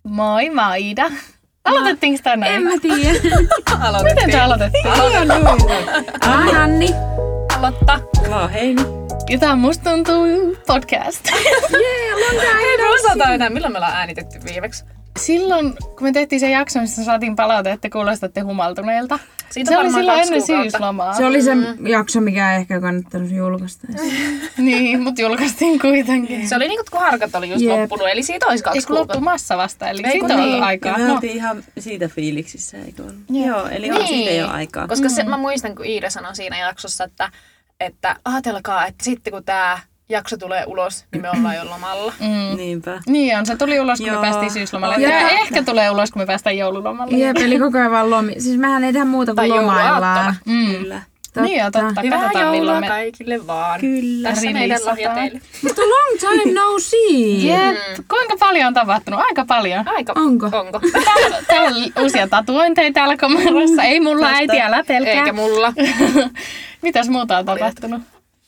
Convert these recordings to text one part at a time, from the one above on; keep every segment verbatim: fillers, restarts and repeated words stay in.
Moi, mä oon Iida. Aloitettiinko tää näin? En mä tiedä. Miten se aloitettiin? Mä oon Hanni. Aloitta. Mä oon Heini. Ja tää musta tuntuu podcast. Jee, long time. Hei, me osataan enää. Milloin me ollaan äänitetty viimeksi? Silloin, kun me tehtiin sen jakson, missä saatiin palautetta, että kuulostatte humaltuneelta. Siitä Se on oli varmaan silloin kaksi ennen kuukautta. syyslomaa. Se oli se jakso, mikä ei ehkä kannattanut julkaista. Niin, mut julkaistiin kuitenkin. Se oli niinku, kun harkat oli just Jep. loppunut, eli siitä olisi kaksi Eikö loppu kuukautta. massa vasta, eli Ei, siitä kun on niin. aikaa. Ja me No, oltiin ihan siitä fiiliksissä, eikö ollut? Joo. Joo, eli on siitä jo aikaa. Koska se, mä muistan, kun Iida sanoi siinä jaksossa, että, että ajatelkaa, että sitten kun tää jakso tulee ulos, niin me ollaan jo lomalla. mm. Niinpä. Niin on, se tuli ulos, kun Joo. me päästiin syyslomalle. Ja Ja ta- ehkä tulee ulos, kun me päästään joululomalle. Jep, eli koko ajan vaan lomi. Siis mehän ei tehdä muuta kuin Tai lomaillaan. jouluaattona. Mm. Kyllä. Niin on totta. Hyvää Katsotaan milloin joulua me... kaikille vaan. Kyllä. Tässä meidän Rilisataan. lahja teille. Mutta long time no see. Jep, kuinka paljon on tapahtunut? Aika paljon. Aika. Onko? Onko? Täällä, täällä on uusia tatuointeja täällä kamerassa. Ei mulla äiti, älä pelkää. Eikä mulla. Mitäs muuta on tapahtunut?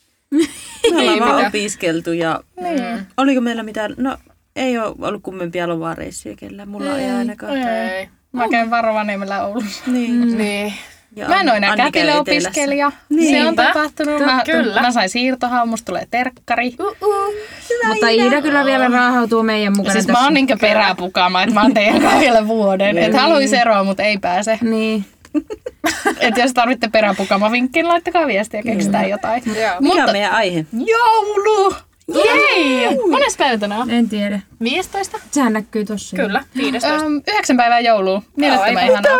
Me ollaan Ei vaan mitään. opiskeltu ja Mm. oliko meillä mitään, no ei ole ollut kummempia lomareissuja kellään, mulla ei ainakaan. Ei. Mä käyn Varovaniemellä Oulussa. Niin. Niin. Ja Mä en ole enää Anni käy kätilöopiskelija. Niin. Se on Niinpä. tapahtunut. Mä, Kyllä. mä sain siirtohan, musta tulee terkkari. Mutta Iida kyllä vielä raahautuu meidän mukana Siis tässä. mä oon niinkö peräpukaama, että mä oon teidän kanssa vielä vuoden. Että haluais eroa, mutta ei pääse. Niin. Että jos tarvitte peräpukaama vinkkiin, laittakaa viestiä, keksitään jotain. Joo. Mikä Mutta on meidän aihe? joulu! Jei! Mones päivä tänään on? En tiedä. viisitoista? Sehän näkyy tossa. Kyllä, viidestoista. Öm, yhdeksän päivää joulua. Mielettömän Joo, ei ihanaa.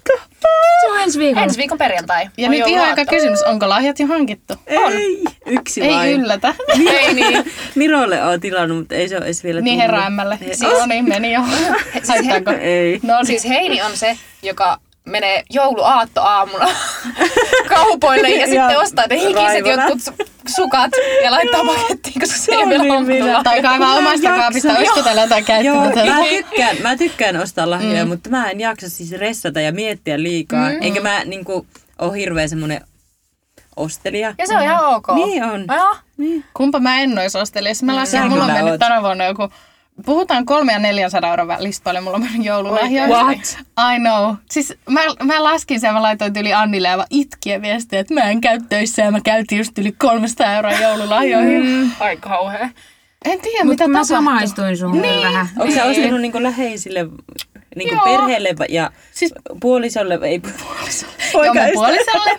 Se on ensi viikolla. Ensi viikon perjantai. Ja On nyt ihan jouluaatto. aika kysymys, onko lahjat jo hankittu? Ei, yksi Ei vain. yllätä. Ei niin. Mirolle on tilannut, mutta ei se ole edes vielä Niin tullut. herra ämmälle. He- No niin, meni jo. Haittaako? Ei. No niin. Siis Heini on se, joka menee jouluaattoaamuna kaupoille ja sitten Ja ostaa ne hikiset raivona. jotkut su- sukat ja laittaa pakettiin, koska se ei on vielä niin homma minä. tulla. Tai kaivaa omasta kaapista, olisiko täällä jotain Joo, käyttämätöntä. mä tykkään, mä tykkään ostaa lahjoja, mm. mutta mä en jaksa siis ressata ja miettiä liikaa. Mm. Enkä mä niinku ole hirveän semmonen ostelija. Ja se on ihan ok. Niin on. Joo. Niin. Kumpa mä en ois ostelija. Mä lasken, Sä mulla on kyllä mennyt oot. tänä vuonna joku... Puhutaan kolme ja neljänsadan euron välistä paljon mulla on mennyt joululahjoja. What? I know. Siis mä, mä laskin sen, mä laitoin yli Annille ja itkien viestiä, että mä en käy töissä ja mä käytin just yli kolmesataa euroa joululahjoihin. Mm. Ai kauhea. En tiedä, Mutta mitä mä tapahtui. samaistuin sun niin. vähän. Onko sä ostanut niinku läheisille niinku Joo. perheelle ja Siis- puolisolle? Ei puolisolle. Joo, mun puolisolle.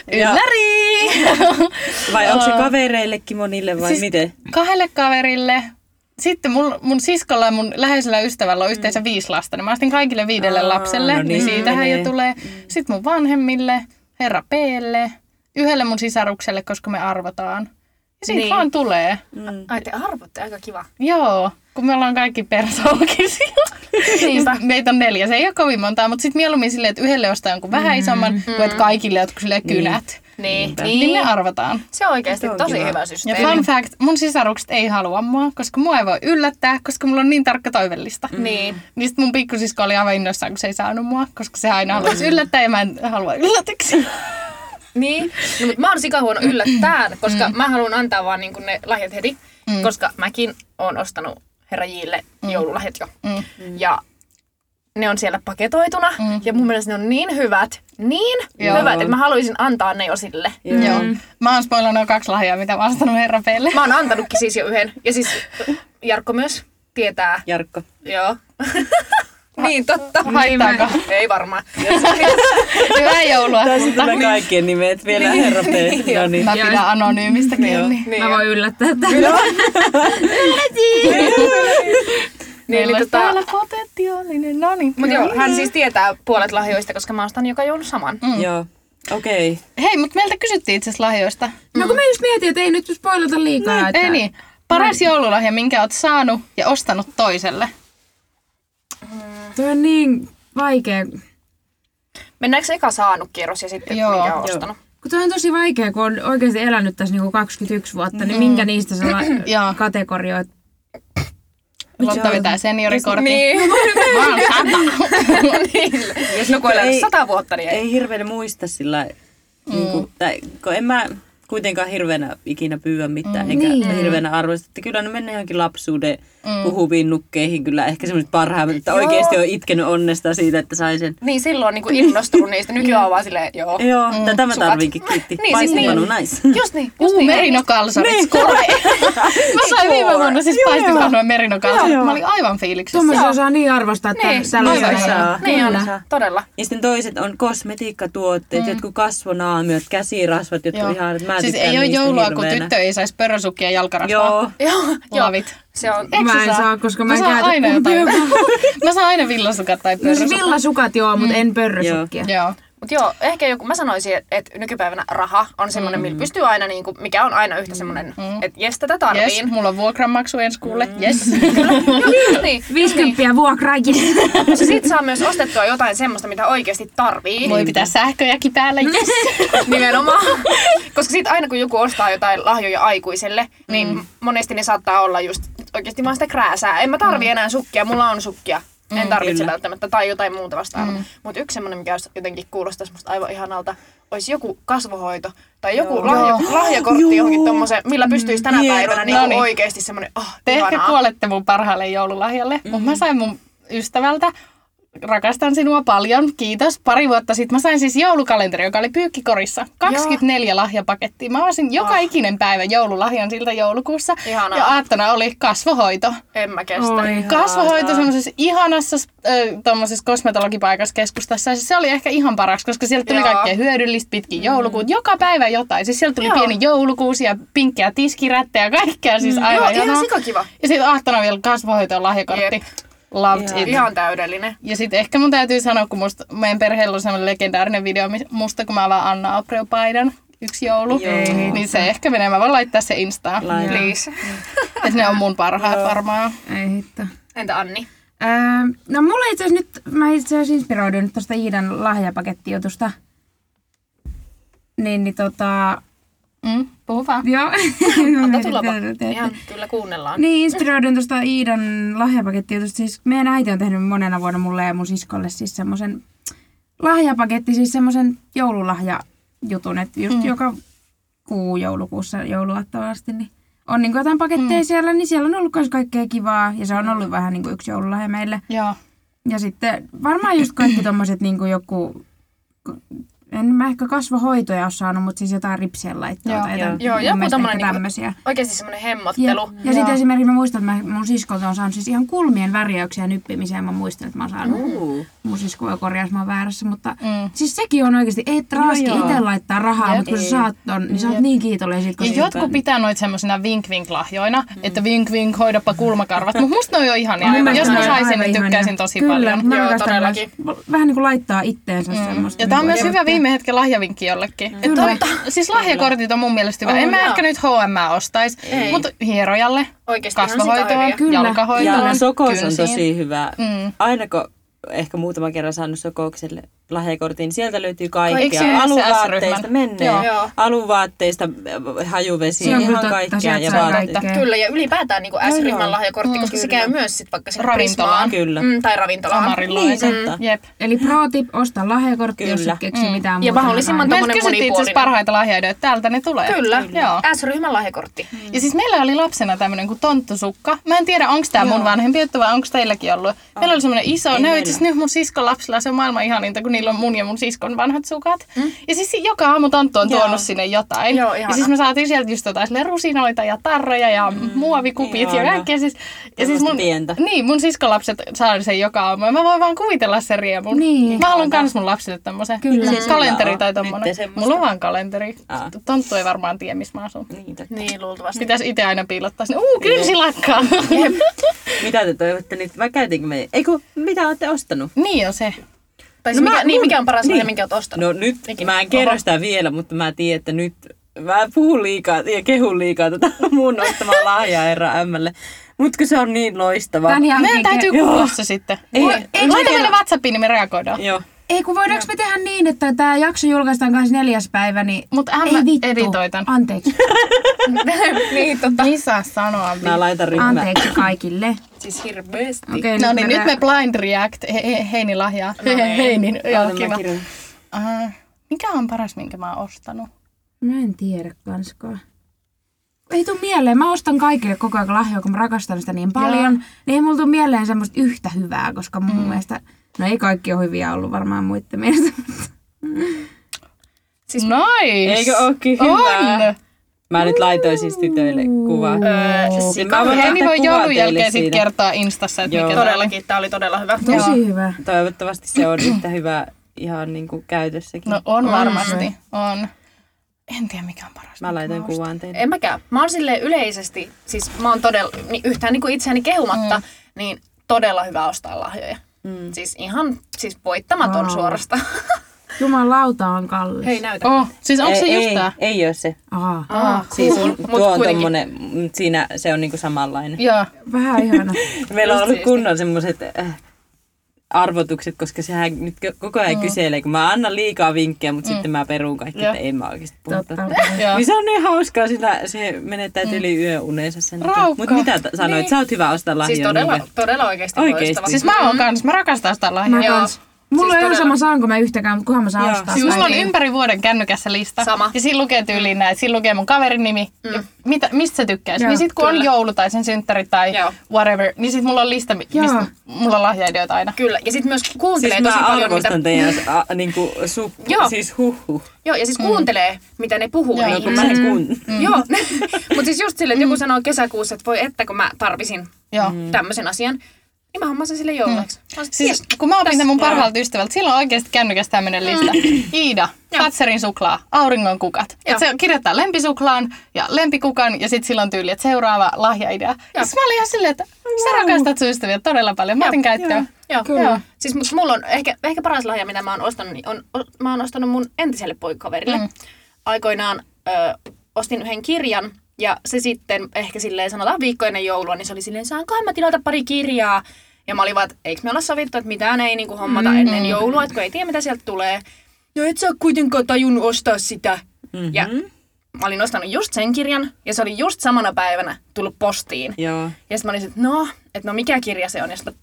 Ylläri! Vai onko se kavereillekin monille vai Siis miten? Kahdelle kaverille. Sitten mun, mun siskolla ja mun läheisellä ystävällä on yhteensä viisi lasta. Niin mä ostin kaikille viidelle Aa, lapselle, no niin, niin, siitähän menee. jo tulee. Sitten mun vanhemmille, herra P:lle, yhdelle mun sisarukselle, koska me arvotaan. Ja siitä Niin. vaan tulee. Mm. Ai te arvotte, aika kiva. Joo, kun me ollaan kaikki persoonallisia. Niinpä. Meitä on neljä, se ei ole kovin montaa, mutta sitten mieluummin silleen, että yhdelle ostaa jonkun vähän isomman, mm. kuin että kaikille jotkut silleen kynät. Niin. Niinpä. Niin me niin. arvotaan. Se on oikeasti Se on tosi kiva. hyvä Ja systeemi. fun fact, mun sisarukset ei halua mua, koska mua ei voi yllättää, koska mulla on niin tarkka toivellista. Niin. Niin sit mun pikkusisko oli aivan innoissaan, kun se ei saanut mua, koska se aina haluaisi yllättää ja mä en halua yllätyksiä. Niin. No, mutta mä oon sikahuono yllättään, koska mm. mä haluan antaa vaan niinku ne lahjat heti, mm. koska mäkin oon ostanut herra Jille joululahjat jo. Mm. Ja ne on siellä paketoituna mm. ja mun mielestä ne on niin hyvät, niin Joo. hyvät, että mä haluaisin antaa ne jo sille. Joo. Joo. Mä oon spoilannut kaksi lahjaa, mitä mä oon ostanut herra Pelle. Mä oon antanutkin siis jo yhden. Ja siis Jarkko myös tietää. Jarkko. Joo. Niin, totta. Haittaako? Ei varmaan. Hyvää joulua. Tässä tulee kaikkien nimet vielä herra P. No niin. Mä pidän anonyymistä kiinni. Niin, Mä voin yllättää tämän. Niin, Meillä eli olisi tota, täällä potentiaalinen. No niin. mut joo, hän siis tietää puolet lahjoista, koska mä ostan joka joulu saman. Mm. Joo. Okei. Hei, mutta meiltä kysyttiin itse asiassa lahjoista. No kun mä just mietin, että ei nyt spoilata liikaa. Että... Ei niin. Paras joululahja, minkä oot saanut ja ostanut toiselle. Toi on niin vaikea. Mennäänkö eka saanut kierros ja sitten Joo. minkä on Joo. ostanut? Kun toi on tosi vaikea, kun on oikeasti elänyt tässä niinku kaksikymmentäyksi vuotta, niin minkä niistä sä Joo. kategorioit? Lotta vetää seniorikortin. Niin. Mä oon sata. niin. Jos joku elää Ei- sata vuotta, niin ei. Ei hirveän muista sillä mm. niinku, tai, kun en mä, kuitenkaan hirveänä ikinä pyydä mitään, Mm. eikä Niin. hirveänä arvosta. Että kyllä ne menee johonkin lapsuuden mm. puhuviin nukkeihin kyllä ehkä semmoiset parhaimmat, että oikeasti on itkenyt onnesta siitä, että sai sen. Niin silloin on niinku innostunut niistä. Nykyään on vaan silleen, joo. Joo, mm. tätä mä Sukat. tarviinkin, kiitti. Niin, siis Paistipanu, niin. nice. Just niin, just Uu, niin. merinokalsarit, Niin. skole. Mä sain viime vuonna siis Joo, paistinpannua merinokalsarit. Joo. Mä olin aivan fiiliksissä. Tuommoisia osaa niin arvostaa, että Niin, tällaisia aivan ei saa. ole. Niin on, Kyllä. todella. Ja sitten toiset on kosmetiikkatuotteet, mm. jotkut kasvonaamiot, käsirasvat, jotka on ihan, mä Siis tykkään ei ole niistä joulua, kun hirveänä. tyttö ei saisi pörrösukkia ja jalkarasvaa. Joo. Joo, joo. Lavit. Se on... Eikö Mä sä en saa? saa, koska mä Mä en saan käytä aina jotain. kumpiakaan. Mä saan aina villasukat tai No siis pörrösukkia. villasukat joo, mutta en pörrösukkia. Joo. Mut joo, ehkä joku, mä sanoisin, että et nykypäivänä raha on semmoinen, mm. millä pystyy aina, niinku, mikä on aina yhtä semmoinen, mm. että jes, tätä tarviin. Yes, mulla on vuokranmaksu ensi kuulle. Yes. Just niin. Viisikymppiä vuokraa, yes. Mutta sit saa myös ostettua jotain semmoista, mitä oikeasti tarvii. Voi pitää sähköjäkin päällä. Yes. Nimenomaan. Koska sit aina kun joku ostaa jotain lahjoja aikuiselle, niin mm. monesti ne saattaa olla just oikeasti vaan sitä krääsää. En mä tarvii mm. enää sukkia, mulla on sukkia. En tarvitse Kyllä. välttämättä tai jotain muuta vastaavaa. Mm. Mutta yksi semmoinen, mikä olisi jotenkin kuulostaisi musta aivan ihanalta, olisi joku kasvohoito tai joku lahja, lahjakortti Joo. johonkin tommoseen, millä pystyisi tänä Hieno. päivänä niinku No niin. oikeasti semmoinen, oh, Te ehkä ihanaa. kuolette mun parhaalle joululahjalle, mm. mutta mä sain mun ystävältä, rakastan sinua paljon, kiitos. Pari vuotta sitten mä sain siis joulukalenteri, joka oli pyykkikorissa. kaksikymmentäneljä lahjapakettia. Mä olisin joka Ah. ikinen päivä joululahjan siltä joulukuussa. Ihanaa. Ja aattona oli kasvohoito. En mä kestä. Oi. Kasvohoito semmoisessa ihanassa äh, tommosessa kosmetologipaikassa keskustassa. Se oli ehkä ihan paras, koska sieltä tuli Joo. kaikkea hyödyllistä pitkin joulukuut. Joka päivä jotain. Siis sieltä tuli Joo. pieni joulukuusi ja pinkkejä tiskirättejä ja kaikkea. Siis aivan Joo, ihan ihanaa. sikakiva. Ja sitten aattona vielä kasvohoitoon lahjakortti. Jep. Loved Ihan. it. Ihan täydellinen. Ja sitten ehkä mun täytyy sanoa, kun musta, meidän perheellä on semmoinen legendaarinen video mi- musta, kun mä avaan Anna Abreu-paidan yksi joulu. Joo. Niin se ehkä menee. Mä voin laittaa se Instaan. Laita. Please. Että ne on mun parhaat varmaan. Ei hitto. Entä Anni? Öö, no mulla itse asiassa nyt, mä itse asiassa inspiroidun nyt tosta Iidan lahjapakettijutusta. Niin, niin tota, Mm, puhu vaan. joo. Ota tulla vaan. Ihan kyllä kuunnellaan. Niin, inspiroidun tuosta Iidan lahjapakettijutusta. Siis meidän äiti on tehnyt monena vuonna mulle ja mun siskolle siis semmoisen lahjapaketti, siis semmoisen joululahjajutun, että just mm. joka kuu joulukuussa jouluaattavasti, niin on niin jotain paketteja mm. siellä, niin siellä on ollut myös kaikkea kivaa ja se on ollut vähän niin kuin yksi joululahja meille. Joo. Ja sitten varmaan just kaikki tommoset niin kuin joku, en mä ehkä kasvohoitoja ole saanut, mutta siis jotain ripsien laittoa Joo, tai jotain, joo, mun joku mielestä tommonen ehkä niinku- tämmösiä. Oikeasti semmoinen Ja, hemmottelu. ja sitten esimerkiksi mä muistan, että mä, mun siskolta on saanut siis ihan kulmien värjäyksiä nyppimiseen. Mä muistan, että mä oon saanut. Uh. Mun sisko voi korjaa, jos mä oon väärässä. Mutta Mm. siis sekin on oikeasti, ei raaski Joo, joo. itse laittaa rahaa, Jep. mutta kun sä saat ton, niin sä oot Jep. niin kiitollinen siitä. kun Ja sä- jotkut pitää noita semmosina vink-vink-lahjoina, mm. että vink-vink, hoidapa kulmakarvat. Mutta musta noi on ihania. Mun Jos mielestä mä ne on saisin, aivan niin ihania. tykkäisin tosi Kyllä, paljon. mä Joo, rakastan todellakin. myös. Vähän niin kuin laittaa itteensä semmoista. Ja tää on niin myös kuin hyvä evästä. viime hetken lahjavinkki jollekin. Et Kyllä. on, siis lahjakortit on mun mielestä hyvä. On, En mä joo. ehkä nyt H M ostais, Ei. mutta hierojalle, Oikeesti ihan kasvohoitoon, sikahyviä. Kyllä. jalkahoitoon, Ja Sokos on kynsiin. tosi hyvä. Mm. Aina kun ehkä muutama kerran saanut Sokokselle lahjakortin, niin sieltä löytyy Eikö se kaikkea. ole se Aluvaatteista S-ryhmän? menee. Joo. Joo. Aluvaatteista, hajuvesiä, Se on kyllä ihan totta, kaikkea. sieltä Ja saa vaatteita. kaikkea. Kyllä, ja ylipäätään niin Joo, S-ryhmän joo. lahjakortti, Mm, koska se kyllä. käy myös sit vaikka sinne Ravintolaan. Prismaan. Kyllä. Mm, tai ravintolaan. Amarilloon. Niin, totta. Jep. Eli pro tip, osta lahjakortti, jos Kyllä. et keksi Mm. mitään Ja muuta. mahdollisimman Me tommonen kysyttiin itse asiassa monipuolinen. parhaita lahjaidoita, täältä ne tulee. Kyllä. Joo. S-ryhmän lahjakortti. Ja siis meillä oli lapsena tämmönen kuin tonttusukka. Mä en tiedä, onko tää mun vanhempi juttu vai onko teilläkin ollut. Meillä oli semmonen iso, Ei ne on meillä. itse asiassa nyt mun siskon lapsilla, se on maailman ihaninta, kun niillä on mun ja mun siskon vanhat sukat. Mm. Ja siis joka aamu tonttu on Joo. tuonut sinne jotain. Joo, ja ihana. siis me saatiin sieltä just jotain silleen rusinoita ja tarroja ja mm. muovikupit ja ihana. kaikkea. Siis, ja siis mun, pientä. niin, mun siskolapset saa sen joka aamu. Ja mä voin vaan kuvitella sen riemun. Niin. Mä haluan kans mun lapsille tämmösen Kyllä. Siis kalenteri sulla tai on tommonen. nyt semmoista. Mulla on vaan kalenteri. Aa. Tonttu ei varmaan tiedä, missä mä asun. Niin, totta. Niin, luultavasti. Pitäisi itse aina piilottaa sinne. Uu, kynsilakkaa! Mitä te toivotte nyt? Vai käytiinkö me? Eiku, mitä olette ostanut? Niin on se. Tai No siis mikä, mä- niin, mun- mikä on paras niin. lahja, minkä oot ostanut? No nyt, Ikinä. mä en kerro Oho. sitä vielä, mutta mä tiedän, että nyt mä puhun liikaa ja kehun liikaa tätä mun ostamaa lahjaa herra ämmälle. Mut kun se on niin loistava. Tän jälkeen Meidän täytyy ke- kuulla se sitten. Ei, Voi- ei, Laita ei- meille WhatsAppiin, niin me reagoidaan. Joo. Ei, kun voidaanko me tehdä niin, että tämä jakso julkaistaan kahdeskymmenesneljäs päivä, niin Mut ämmä ei vittu. editoi tän. Anteeksi. niin, totta. Ei saa sanoa. Mä laitan ryhmään. Anteeksi kaikille. Siis hirveesti. Okei, No niin, nyt re- me blind react he, he, Heinin lahjaa. No niin. Heinin, joo, Otan mä kiva. kirjoitan. Uh, mikä on paras, minkä mä oon ostanut? Mä en tiedä kanskaan. Ei tuu mieleen. Mä ostan kaikille koko ajan lahjoja, kun mä rakastan sitä niin paljon. Niin ei mulla tuu mieleen semmoista yhtä hyvää, koska mun mm. mielestä... No ei kaikki ole hyviä ollut varmaan muiden mielestä. Siis nice! Eikö ookin hyvää? On! Mä nyt laitoin siis tytöille kuvaa. Öö, siis Mä voin Hei, niin voi kuvaa joulun teille jälkeen sit siitä. kertoa Instassa, että Joo. mikä tää oli. Todellakin, tää oli todella hyvä. Tosi hyvä. Toivottavasti se on yhtä hyvä ihan niinku käytössäkin. No on varmasti, on. En tiedä mikä on paras. Mä laitoin kuvan teille. En mäkään. Mä oon silleen yleisesti, siis mä oon todella, niin yhtään niin kuin itseäni kehumatta, mm. niin todella hyvä ostaa lahjoja. Mm. Siis ihan siis voittamaton Wow. suorastaan. Jumalauta on kallis. Hei, näytä. Oh, siis onko se ei, just ei, tää? ei oo se. Aha. Ah, Siis cool. tuo Mut on kuitenkin. tommonen, mut siinä se on niinku samanlainen. Joo. Vähän ihana. Meillä on Just ollut siisti. kunnon semmoset äh, arvotukset, koska sehän nyt koko ajan mm. kyselee, kun mä annan liikaa vinkkejä, mutta mm. sitten mä peruun kaikki, Joo. että en mä oikeesti puhu. Totta. Joo. Niin se on niin hauskaa, sillä se menettää yli yöuneensa sen takia. Raukka. Mut mitä t- sanoit? Niin. Sä oot hyvä ostaa lahjoja. Siis todella, niille. todella oikeesti, Oikeesti. loistava. Siis mä oon kans, mä rakastan sitä Mä lahjaa. Joo. kans. Mulla Siis ei ole todella. sama saanko mä yhtäkään, mutta kunhan mä saan Joo. ostaa. Siis sitä. mulla on niin. ympäri vuoden kännykässä lista. Sama. Ja siinä lukee tyyliin näin, siinä lukee mun kaverin nimi, mm. ja mitä, mistä sä tykkäisit. Joo, Niin sit kun kyllä. on joulu tai sen synttäri tai Joo. whatever, niin sit mulla on lista, mi- Joo. mistä mulla on lahjaideoita aina. Kyllä, ja sit myös kuuntelee Siis tosi mä paljon, arvostan mitä... teidän a, niinku, su, Joo. siis huhhuh. Joo, ja siis kuuntelee, mitä ne puhuu Joo, ne No kun ihmiset. mä en kun... Mm. Joo, mutta siis just silleen, että joku sanoo kesäkuussa, että voi että kun mä tarvisin Joo. tämmöisen asian, niin mä hommasin sille jouluksi. Mm. Siis kun mä opin tämän mun parhaalta ystävältä, silloin on oikeasti kännykässä tämmönen lista. Iida, Joo. Fatserin suklaa, auringon kukat. Joo. Et se kirjoittaa lempisuklaan ja lempikukan ja sit sillä on tyyli, että seuraava lahjaidea. Ja sit mä olin ihan silleen, että sä rakastat sun ystäviä todella paljon. Mä otin käyttöön. Joo, Kyllä. joo. Siis mut mulla on ehkä, ehkä paras lahja, mitä mä oon ostanut, niin on, o, mä oon ostanut mun entiselle poikakaverille. Mm. Aikoinaan ö, ostin yhden kirjan ja se sitten ehkä silleen sanotaan viikko ennen joulua, niin se oli silleen, saankohan mä tilata pari kirjaa. Ja mä olin vaan, että eikö me olla sovittu, että mitään ei niinku hommata mm-hmm. ennen joulua, että kun ei tiedä mitä sieltä tulee. No et sä oo kuitenkaan tajunnut ostaa sitä. Mm-hmm. Ja mä olin ostanut just sen kirjan ja se oli just samana päivänä tullut postiin. Joo. Ja sitten mä olin, että no, että no mikä kirja se on. Ja sitten,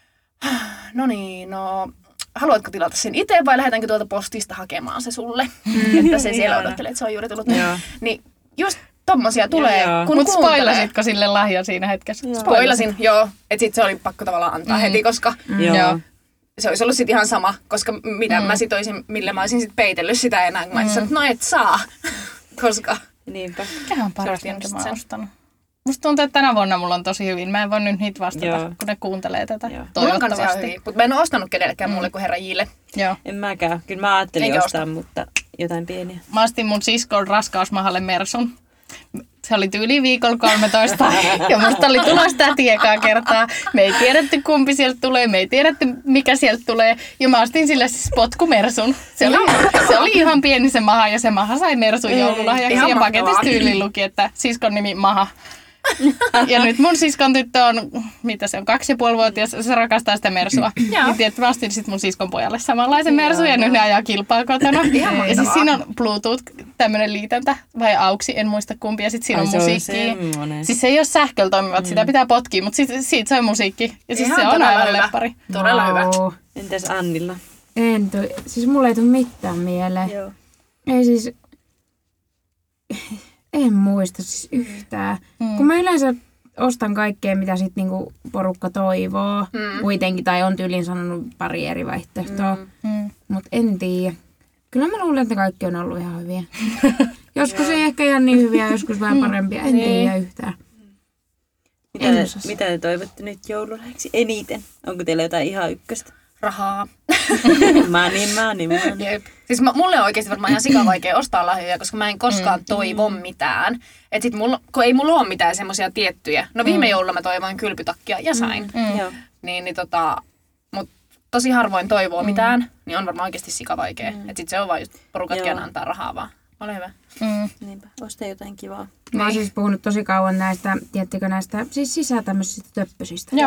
no niin, no haluatko tilata sen itse vai lähdetäänkö tuolta postista hakemaan se sulle? Mm, että se siellä ihana. odottelee, että se on juuri tullut. Joo. Niin just tommosia tulee, Joo, joo. kun Mut kuuntelee. spoilasitko sille lahjan siinä hetkessä? Spoilasin, joo. Että sit se oli pakko tavallaan antaa mm. heti, koska Joo. Joo. se olisi ollut sit ihan sama, koska mitä mm. mä sit olisin, millä mä olisin sit peitellyt sitä enää, kun mä olisin, että no et saa, koska... Niinpä. Mikä on paras, Se on minkä just mä oon sen. ostanut? Musta tuntuu, että tänä vuonna mulla on tosi hyvin. Mä en voi nyt niitä vastata, Joo. kun ne kuuntelee tätä. Joo. Mulla on kans ihan Toivottavasti. hyvin, mutta mä en oo ostanut kenellekään mm. muulle kuin herra Jille. Joo. En mäkään. Kyllä mä ajattelin Eikä ostaa, osta. mutta jotain pieniä. Mä ostin mun siskon raskausmahalle Mersun. Se oli tyyli viikolla kolmetoista ja musta oli tulossa täti ekaa kertaa. Me ei tiedetty kumpi sieltä tulee, me ei tiedetty mikä sieltä tulee. Ja mä ostin sille siis potkumersun. Se oli, se oli ihan pieni se maha ja se maha sai Mersun joululahjaksi. Ihan Ja paketissa mahtavaa. tyyliin luki, että siskon nimi Maha. Ja nyt mun siskon tyttö on, mitä se on, kaksi ja puoli vuotias, se rakastaa sitä Mersua. Joo. Niin tiedät, mä ostin sit mun siskon pojalle samanlaisen Mersun ja nyt ne ajaa kilpaa kotona. Ja siis siinä on Bluetooth, tämmönen liitäntä, vai auksi, en muista kumpi, ja sit siinä Ai, on se on musiikkia. semmonen. Siis se ei ole sähköllä toimivat, sitä pitää potkia, mutta sit, siitä se on musiikki. Ja siis Ihan se on todella aivan hyvä. leppari. Todella hyvä. Wow. Entäs Annilla? En tuu, siis mulla ei tule mitään mieleen. Joo. Ei siis, en muista siis yhtään. Mm. Kun mä yleensä ostan kaikkea, mitä sit niinku porukka toivoo mm. kuitenkin, tai on tyylin sanonut pari eri vaihtoehtoa, mm. Mm. mutta en tiedä. Kyllä mä luulen, että kaikki on ollut ihan hyviä. Joskus ei ehkä ihan niin hyviä, joskus vähän parempia, en tiedä yhtään. Mitä En te, osaa mitä te toivotte nyt joululahjaksi eniten? Onko teillä jotain ihan ykköstä? Rahaa. Money, money, money. Jep. Siis mä, mulle on oikeasti varmaan ihan sikavaikea ostaa lahjoja, koska mä en koskaan mm. toivo mitään. Et sit mulla, kun ei mulla ole mitään semmosia tiettyjä. No viime mm. joululla mä toivoin kylpytakkia ja sain. Mm. Joo. Niin, niin tota, mut tosi harvoin toivoo mm. mitään, niin on varmaan oikeasti sikavaikea. Mm. Et sit se on vaan just porukatkin Joo. antaa rahaa vaan. Ole hyvä. Mm. Niinpä, osta jotain kivaa. Mä oon Niin. siis puhunut tosi kauan näistä, tiedättekö näistä, siis sisä tämmöisistä töppösistä. Joo.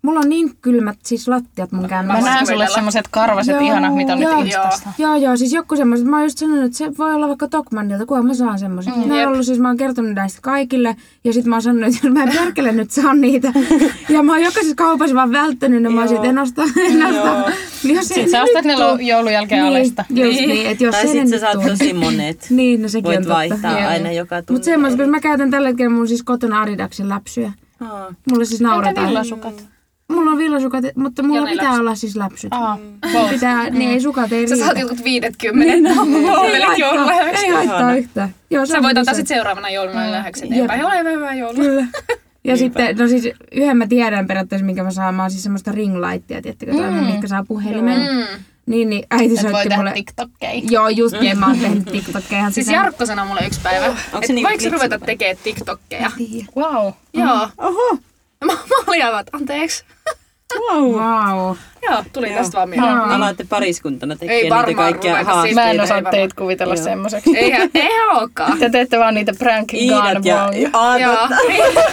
Mulla on niin kylmät siis lattiat mun Mä kämpässä. näen sulle semmoset karvaset Joo, ihanat, mitä on nyt joo. Instasta. Joo, joo, siis joku semmoiset. Mä oon just sanonut, että se voi olla vaikka Tokmannilta, kunhan mä saan semmoiset. Mm, ne on ollut siis, mä oon kertonut näistä kaikille. Ja sit mä oon sanonut, että mä en perkele nyt saa niitä. Ja mä oon jokaisessa kaupassa vaan välttänyt ne. Mä oon sit en osta, en osta. Sitten sä ostat ne joulun jälkeen niin, alesta. Just niin, niin että jos Tai se sit nyt sä saat tuu. tosi monet. Niin, no sekin Voit on totta. vaihtaa Joo. aina joka tunti. Mut semmoista, kun mä käytän tällä hetkellä mun siis kotona Adidaksen läpsyjä. Aa. Mulle siis Entä nauretaan. villasukat? Mulla on villasukat, mutta mulla Joni pitää läpsyt. olla siis läpsyt. Aa, Pitää, niin ei sukat ei Sä riitä. saat jotkut viidetkymmenet niin, joululahjaksi. Ei haittaa yhtään. Joo, se Sä on voit antaa se. sit seuraavana jouluna lähdeksi eteenpäin. Ole hyvä, hyvä joulua. Kyllä. Ja sitten, no siis yhden mä tiedän periaatteessa, minkä mä saan. Mä oon siis semmoista ringlightia, tiettikö, toivon, mm. mikä saa puhelimen. Mm. Niin, niin äiti et voi soitti tehdä mulle. TikTokkeja. Joo, just niin, mä oon tehnyt TikTokkeja. Siis Jarkko sanoi mulle yksi päivä, että se niinku voiko sä ruveta klipsipäivä? tekemään TikTokkeja? Wow. Joo. Oho. Mä, mä olin aivan, että anteeksi. Wow. Wow. Joo, tuli Joo. tästä vaan mieleen. Joo. Alatte pariskuntana tekee Ei niitä varmaan kaikkia ruveta, siis haasteita. Mä en Ei osaa varmaan. teitä kuvitella Joo. semmoiseksi. Eihän, eihän olekaan. Te teette vaan niitä prank gone Iidat ja wrong. Aatot. Joo.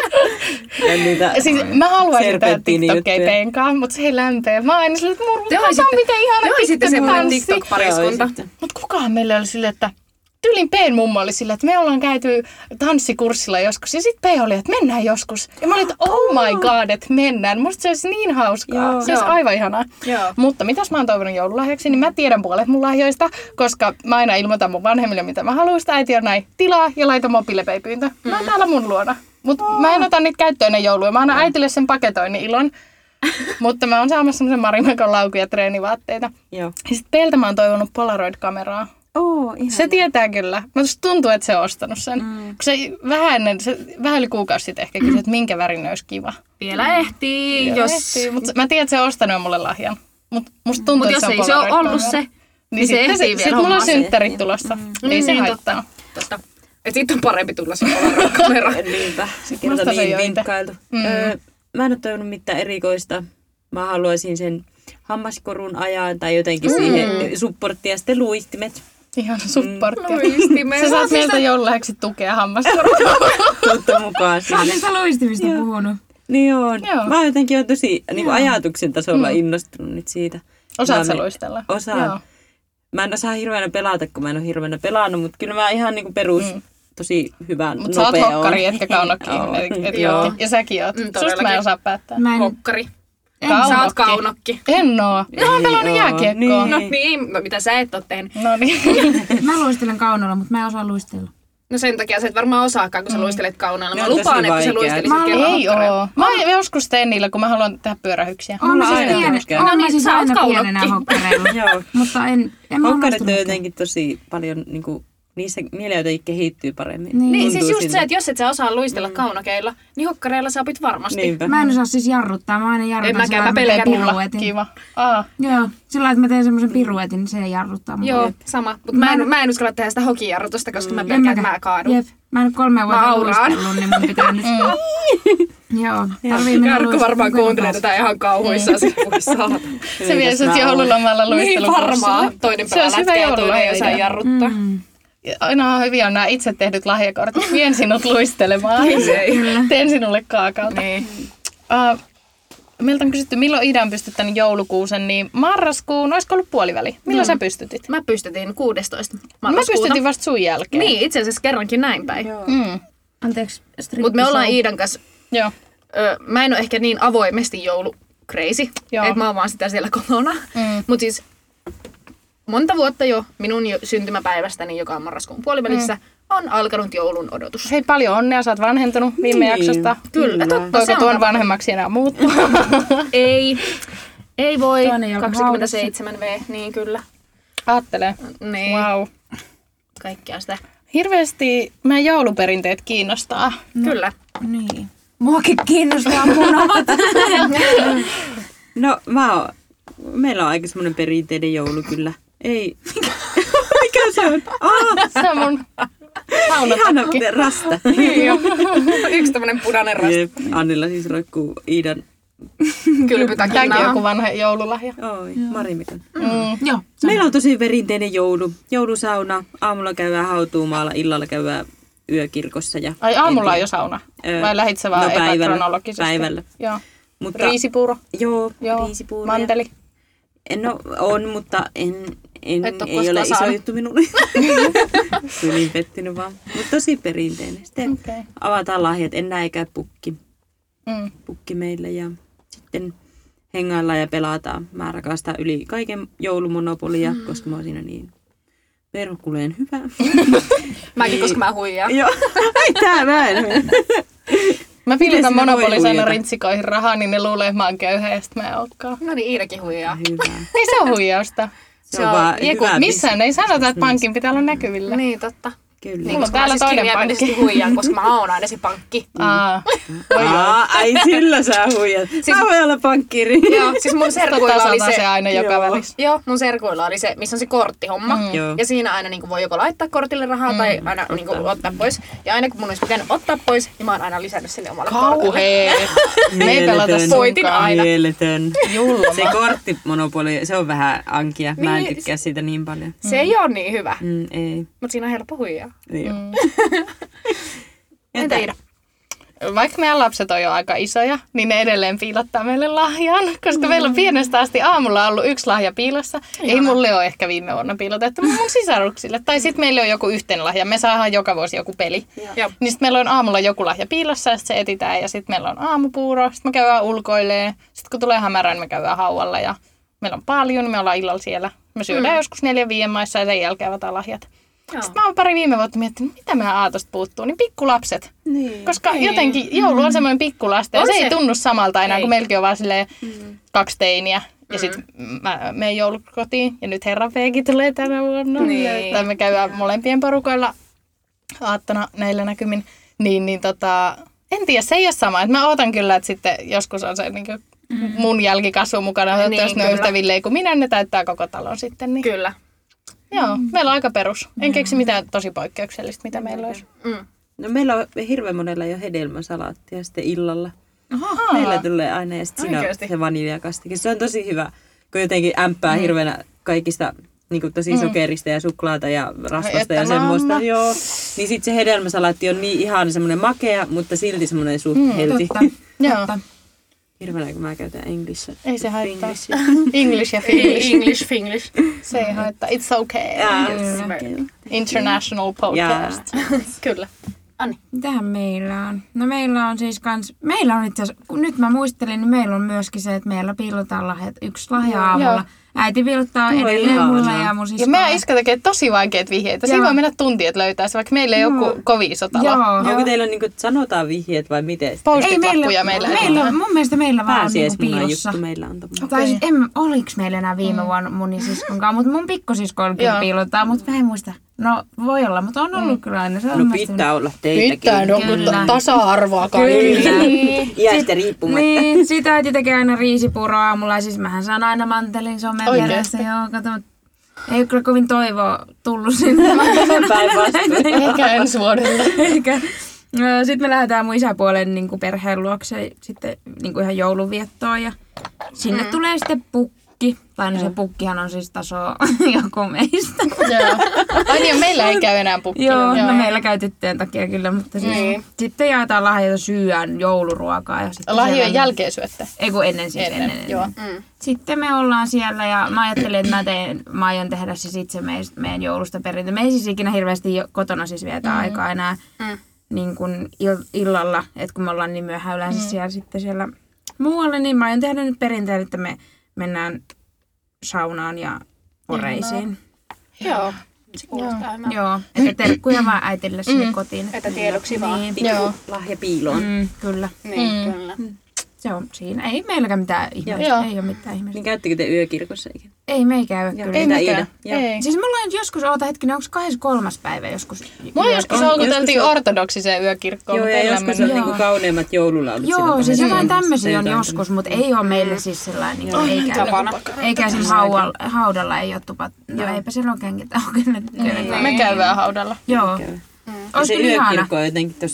Ja niitä Siis mä haluaisin tehdä serpenttiinijuttuja. TikTokkeja penkaan, mutta se ei lämpee. Mä aina silleen, että murmu, Te katso olisitte- miten ihana te olisitte semmoinen TikTok-tanssi. TikTok-pariskunta. Mutta kukaan meillä oli silleen, että tyylin P:n mummo oli silleen, että me ollaan käyty tanssikurssilla joskus. Ja sitten P oli, että mennään joskus. Ja mä olin, että oh my god, että mennään. Musta se olisi niin hauskaa. Joo. Se olisi Joo. aivan ihanaa. Joo. Mutta mitäs mä oon toivonut joululahjaksi, niin mä tiedän puolet mun lahjoista, koska mä aina ilmoitan mun vanhemmille, mitä mä haluan. Sitä äiti on näin, tilaa ja laita mobiilepei-pyyntö. Mä oon täällä mun luona. Mutta oh. mä en ota niitä käyttöön ne jouluja. Mä annan äitille sen paketoinnin ilon. Mutta mä oon saamassa semmosen Marimekon laukun ja treenivaatteita. Joo. Ja sit Peltä mä oon toivonut Polaroid-kameraa. Oo, ihan. Se tietää kyllä. Musta tuntuu, että se on ostanut sen. Mm. Kun se vähän ennen, se vähän yli kuukausi sitten ehkä kysyi, että minkä värinen olisi kiva. Vielä ehtii, Joo, jos... ehtii, mut mä tiedän, että se on ostanut mulle lahjan. Mutta musta tuntuu, Mut että jos se on ei se ole Polaroid-kamera. ollut se, niin, niin se sitten ehtii vielä Sitten mulla on hommaa. synttärit tulossa. Mm. Ei Niin, se niin, haittaa. Totta. Et siitä on parempi tulla se Polaroid-kamera. Niinpä. Se Musta kerta se niin jo itse. vinkkailtu. Mm. Öö, mä en ole toivonut mitään erikoista. Mä haluaisin sen hammaskorun ajan tai jotenkin mm. siihen supporttia ja sitten luistimet. Ihan supporttia. Luistimet. Sä saat meiltä joululahjaksi tukea hammaskorua. Tuutta mukaan Sä oot sinne. niistä luistimista puhunut. Niin on. Joo. Mä jotenkin on tosi niin kuin ajatuksen tasolla mm. innostunut nyt siitä. Osaat Mä sä me- luistella? Osaan. Joo. Mä en osaa hirveänä pelata, kun mä en ole hirveänä pelannut, mutta kyllä mä ihan niin kuin perus mm. tosi hyvä Mutta sä oot nopea hokkari, oon. etkä kaunokki. Oon. Et- et- Joo. Ja säkin oot. Mm, Susta mä todellakin. en osaa päättää. Mä en, Hokkari. Kaunokki. Sä oot kaunokki. En oo. Mä oon pelannut oo. jääkiekkoa. Niin. No niin, no mitä sä et oo tehnyt? No niin. mä luistelen kaunolla, mutta mä en osaa luistella. No sen takia sä et varmaan osaakaan, kun sä luistelet kaunalla. Mä Ne on tosi lupaan, että kun sä vaikeat. luistelisit Mä kerran Ei hokkareilla. oo. Mä joskus teen niillä, kun mä haluan tehdä pyörähyksiä. Oon mä Mulla siis, aina pienen, tykkää. oon No mä niin, siis sä oot aina kaunokki. pienenä hokkareilla. Joo. Mutta en, en mä Hokkarit on onnistunut. jotenkin tosi paljon, niin kuin, niissä niillä jotenkin kehittyy paremmin. Niin. Niin, Tuntuu siis just siltä. se, että jos et sä osaa luistella mm. kaunokeilla, niin hokkareilla sä opit varmasti. Niinpä. Mä en osaa siis jarruttaa, mä aina jarrutan En mäkään, sillä mä lailla, että pelkään teen tulla. piruetin. Kiva. Aa. Joo, sillä lailla, että mä teen semmoisen piruetin, niin se ei jarruttaa mua. Joo, sama. Mutta mä, en, mä en uskalla tehdä sitä hokijarrutusta, koska mä En pelkään, että mäkään. mä kaadun. Jep, mä en ole kolme vuotta auraan. luistellut, niin mun pitää nyt... Joo, tarvii mennä Jarkko luistella varmaan kokeilla kuuntelee taas. tätä ihan kauhuissaan. Se voi saada. Se vie sut joululomalla Niin luistelukurssille. varmaan. Toinen Se pelaa olisi hyvä lätkää ja toinen ei osaa joululahja. jarruttaa. Mm. Aina on hyviä on nämä itse tehdyt lahjakortit. Vien sinut luistelemaan. Teen sinulle kaakaota. Niin. Uh, meiltä on kysytty, milloin Ida on pystyttänyt joulukuusen, niin marraskuun, olisiko ollut puoliväli? Milloin sä pystytit? Mä pystytin kuudestoista Mä marraskuuta. pystytin vasta sun jälkeen. Niin, itse asiassa kerrankin näin päin. Mm. Anteeksi, Mutta me ollaan Iidan kanssa, Joo. ö, mä en ole ehkä niin avoimesti joulukreisi, Joo. että mä oon vaan sitä siellä kotona. Mm. Mutta siis monta vuotta jo minun jo syntymäpäivästäni, joka on marraskuun puolivälissä, mm. on alkanut joulun odotus. Hei, paljon onnea, sä oot vanhentunut viime Niin. jaksosta. Kyllä, totta. Voiko se on tuon tapa- vanhemmaksi enää muuttua? Ei, ei voi. Toinen jalka kaksikymmentäseitsemän vuotta, niin kyllä. Aattele. Niin, Wow. kaikkea sitä. Hirveästi meidän jouluperinteet kiinnostaa. Kyllä. Niin. Muakin kiinnostaa munavat. No mä oon, meillä on aika semmoinen perinteinen joulu kyllä. Ei. Mikä se on? Ah, Se on mun ihana saunatakki. rasta. Yksi tämmönen punainen rasta. Jep, Annilla siis roikkuu Iidan. Kylpytakin Tämäkin on naamaan. joku vanha joululahja. Oi, Marimekon. Mm. Joo. Meillä on tosi perinteinen joulu. Joulusauna. Aamulla käydään hautuumaalla, illalla käydään yökirkossa. Ja Ai aamulla on jo sauna? Öö, Vai lähit sä vaan no päivällä, epäkronologisesti? päivällä. Joo. Mutta, Riisipuuro. Joo, Joo. riisipuuro. Manteli. No on, mutta en, en, Et oo ei ole iso saanut. juttu minulle. Tylin pettynyt vaan. Mutta tosi perinteinen. Sitten Okay. avataan lahjat. En näe eikä pukki, Mm. pukki meille ja sitten hengaillaan ja pelataan. Mä rakastan yli kaiken joulumonopolia, mm. koska mä oon siinä niin perkuleen hyvä. Mäkin, koska mä huijaan. Joo, ei tää mä en. Mä Miten piilotan sinä voi monopolissa aina huijata? rintsikoihin rahaa, niin ne luulee, että mä oon köyhä ja sit mä en olekaan. No niin, Iidakin huijaa. Hyvä. Ei se ole huijausta. Se on vaan Jeku, hyvä missään ei sanota, että pankin pitää olla näkyvillä. Niin, totta. Kyllä. Mulla on Koska täällä mä siis toinen kirjaimellisesti pankki. huijaan, koska mä oon aina se pankki. Aa, Aa, ai sillä sä huijat. Siis, mä voin olla pankkiiri. Joo, siis mun serkuilla oli tasataan se... se aina joka Joo. välissä. Joo, mun serkuilla oli se, missä on se korttihomma. Mm. Joo. Ja siinä aina niin voi joko laittaa kortille rahaa mm. tai aina niin ottaa pois. Ja aina kun mun olisi pitänyt ottaa pois, niin mä oon aina lisännyt sinne omalle kortille. Kauhee. Me ei pelata Mieletön. Voitin sunkaan. aina. Mieletön. Julma. Se korttimonopoli, se on vähän ankia. Mä en Niin. tykkää siitä niin paljon. Se ei ole niin hyvä, Mm, ei. mutta siinä on helppo huijaa. Niin. Mm. Entä Iida? Vaikka meidän lapset on jo aika isoja, niin ne edelleen piilottaa meille lahjan. Koska mm. meillä on pienestä asti aamulla ollut yksi lahja piilossa. Ihana. Ei mulle ole ehkä viime vuonna piilotettu, mutta mun sisaruksille. Tai sitten meillä on joku yhteen lahja. Me saadaan joka vuosi joku peli. Joo. Niin sitten meillä on aamulla joku lahja piilossa ja sitten se etitään. Ja sitten meillä on aamupuuro. Sitten me käydään ulkoilee. Sitten kun tulee hämärä, niin me käydään hauvalla. Ja meillä on paljon, niin me ollaan illalla siellä. Me syödään mm. joskus neljän viien maissa ja sen jälkeen avataan lahjat. Joo. Sitten mä oon pari viime vuotta miettinyt, mitä meidän aatosta puuttuu, niin pikkulapset. Niin. Koska Niin. jotenkin joulu on semmoinen pikkulasten ja On se, se. ei tunnu samalta enää, Ei. kun meilläkin on vaan silleen Mm. kaksi teiniä. Ja Mm. sitten mä menen joulukotiin ja nyt herra Feekin tulee tänä vuonna. Niin. Tai me käydään molempien porukoilla aattona näillä näkymin. Niin, niin tota, en tiedä, se ei ole sama. Et mä ootan kyllä, että sitten joskus on se niin kuin mun jälkikasvu mukana. Niin, Niin, jos ne on kyllä. yhtä villejä kuin minä, ne täyttää koko talon sitten. Niin. Kyllä. Joo, meillä on aika perus. En keksi mitään tosi poikkeuksellista, mitä meillä olisi. Mm. No meillä on hirveän monella jo hedelmäsalaattia sitten illalla. Ahaa. Meillä tulee aina ja sitten siinä on Oikeesti? se vaniljakastike. Se on tosi hyvä, kun jotenkin ämpää mm. hirveänä kaikista niin kuin tosi sokerista ja suklaata ja rasvasta että ja semmoista. mamma. Joo. Niin sitten se hedelmäsalaatti on niin ihana semmoinen makea, mutta silti semmoinen suht mm, helti. Totta. Joo. Totta. Hirveänä kun mä käytän Englishia. Ei se haittaa. Englishia. English ja Finglish. English, Finglish. Se ei haittaa. It's okay. Jaa, Kyllä. okei. International podcast. Kyllä. Anni. Mitähän meillä on? No meillä on siis kans, meillä on itse asiassa, kun nyt mä muistelin, niin meillä on myöskin se, että meillä piilotaan lahjat, yksi lahja aamulla. Joo. Äiti piilottaa Tuo on edelleen ihanaa. mulle ja mun Ja siskolle. meidän iskä tekee tosi vaikeat vihjeitä. Siinä Joo. voi mennä tunti, että löytää se, vaikka meillä ei ole joku kovin iso talo. Joo. Onko teillä niin kuin, sanotaan vihjeet vai miten? Post-it-lappuja meillä ei meillä, ole. mun mielestä meillä vaan on niinku Pääsiäismunan piilossa. juttu meillä on tommoinen. Tai siis en, oliks meillä enää viime vuonna mun siskonkaan, mutta mun pikkusisko kyllä Joo. piilottaa, mutta mä en muista. No voi olla, mutta on ollut kyllä aina. Se on No mun mielestä- pitää olla teitäkin. Pitää, no kun Kyllä. tasa-arvoa kaikille. Kyllä. Iästä riippumatta. Niin, sitä äiti tekee aina riisipuuroa aamulla ja siis mähän saan aina mantelin somen Oikeesti? perässä. Joo, kato, mut ei ole kyllä kovin toivoa tullut sinne. Päinvastoin. Ehkä ensi vuodelle. Ehkä. Sitten me lähdetään mun isäpuolen niin kuin perheen luokse sitten niin kuin ihan joulunviettoon ja sinne mm. tulee sitten pukki. Tai no se pukkihan on siis taso joku meistä. Joo. Ai niin, meillä ei käy enää pukki. Joo, no meillä käy tyttöjen takia kyllä, mutta siis Niin. sitten jaetaan lahjoja syödään jouluruokaa. Ja sitten Lahjojen siellä- jälkeen syötte. Ei kun ennen siis. Ennen, Ennen, ennen. joo. Mm. Sitten me ollaan siellä ja mä ajattelin, että mä, teen, mä aion tehdä siis itse meistä, meidän joulusta perintö. Me ei siis ikinä hirveästi jo, kotona siis vietä mm. aikaa enää Mm. niin kuin ill- illalla, että kun me ollaan niin myöhään yleensä mm. siellä sitten siellä muualle, niin mä aion tehdä nyt perinteen, että me mennään saunaan ja oreisiin. Joo. Se kuulostaa hyvältä. Joo, että terkkuja vaan äitille sinne mm. kotiin. Että tiedoksi vaan. Niin, Joo. Lahja piiloon. mm, kyllä. Niin, Mm. kyllä. Se on siinä. Ei meilläkään mitään ihmeellistä. Joo. Ei ole mitään ihmeellistä. Niin käyttikö te yökirkossa ikinä? Ei me ei käy Joo. kyllä. Ei Mitä mekään. Iida? Joo. Ei. Siis mulla on joskus, oota hetkinen, onko kahdeskymmeneskolmas päivä joskus? Mua joskus on- houkuteltiin joskus on- ortodoksiseen yökirkkoon, Joo, mutta ja en joskus on mennyt. niinku kauneimmat joululaulut. Joo, siis jotain tämmöisiä on jotain joskus, mutta ei ole meille siis sellainen, niin On ei käy. tapana. Ei käy siinä haudalla, haudalla ei ole tupat. No eipä siellä oikein ketään ole kyllä. Me käydään haudalla. Joo, tämmöisiä. Ja olisi se kyllä ihana. yökirkko on jotenkin tosi,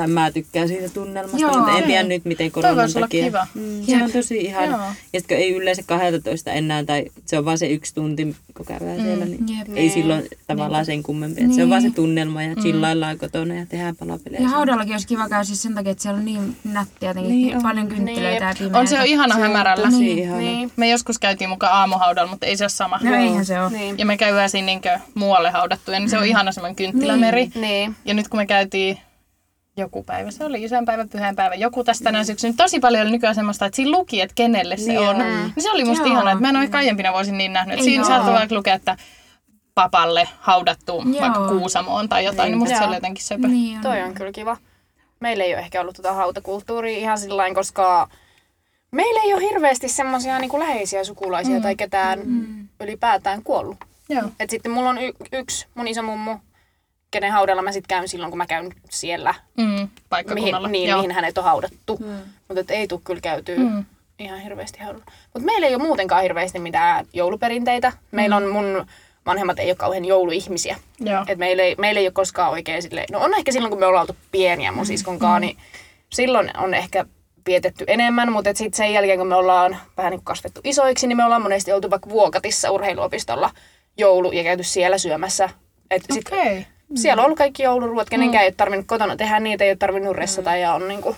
tai mä tykkään siitä tunnelmasta, Joo, mutta en tiedä ei. nyt miten Toi koronan voisi olla takia. kiva. Mm, se on tosi ihana. Joo. Ja sitten kun ei yleensä kaksitoista enää, tai se on vaan se yksi tunti, kun käydään mm. siellä, niin Jep. ei silloin tavallaan sen kummempi. Niin. Se on vaan se tunnelma ja chillaillaan kotona ja tehdään palapelejä. Ja haudallakin olisi kiva käydä siis sen takia, että siellä on niin nättiä jotenkin, Niin niin on. paljon kynttilöitä ja Niin. pimeätä. On se jo ihana hämärällä. Tosi Niin, ihana. Niin. Me joskus käytiin mukaan aamuhaudalla, mutta ei se ole sama. No eihän se ole. Niin. Ja me käydään siinä niinkö muualle haudattuja, niin se on ihana semmoinen kynttilämeri. Niin. Ja nyt kun me käytiin joku päivä, se oli isänpäivä, pyhäinpäivä, joku tästä tänä syksynä, niin tosi paljon oli nykyään semmoista, että siinä luki, että kenelle se on. Niin se oli musta Joo. ihana, että mä en ole ehkä aiempina vuosin niin nähnyt. Että Ei siinä oo. saattoi vaikka lukea, että papalle haudattu Joo. vaikka Kuusamoon tai jotain, niin musta se Joo. oli jotenkin söpö. Niin on. Toi on kyllä kiva. Meillä ei ole ehkä ollut tota hautakulttuuria ihan sillain, koska meillä ei ole hirveästi semmoisia niinku läheisiä sukulaisia mm. tai ketään mm. ylipäätään kuollut. Joo. Et sitten mulla on y- yksi mun isomummu, kenen haudalla mä sit käyn silloin, kun mä käyn siellä, Mm, mihin, paikkakunnalla. niin, Joo. mihin hänet on haudattu. Mm. Mutta ei tule kyllä käytyä mm. ihan hirveästi haudalla. Mutta meillä ei ole muutenkaan hirveästi mitään jouluperinteitä. Meillä on mun vanhemmat ei ole kauhean jouluihmisiä. Joo. Et meillä, ei, meillä ei ole koskaan oikein silleen, no on ehkä silloin, kun me ollaan oltu pieniä mun siskonkaan, niin silloin on ehkä vietetty enemmän, mutta sitten sen jälkeen, kun me ollaan vähän niin kuin kasvettu isoiksi, niin me ollaan monesti oltu vaikka Vuokatissa urheiluopistolla joulu ja käyty siellä syömässä. Et sit Okei. siellä on ollut kaikki jouluruot, kenenkään ei ole tarvinnut kotona tehdä niitä, ei ole tarvinnut ressata ja on niinku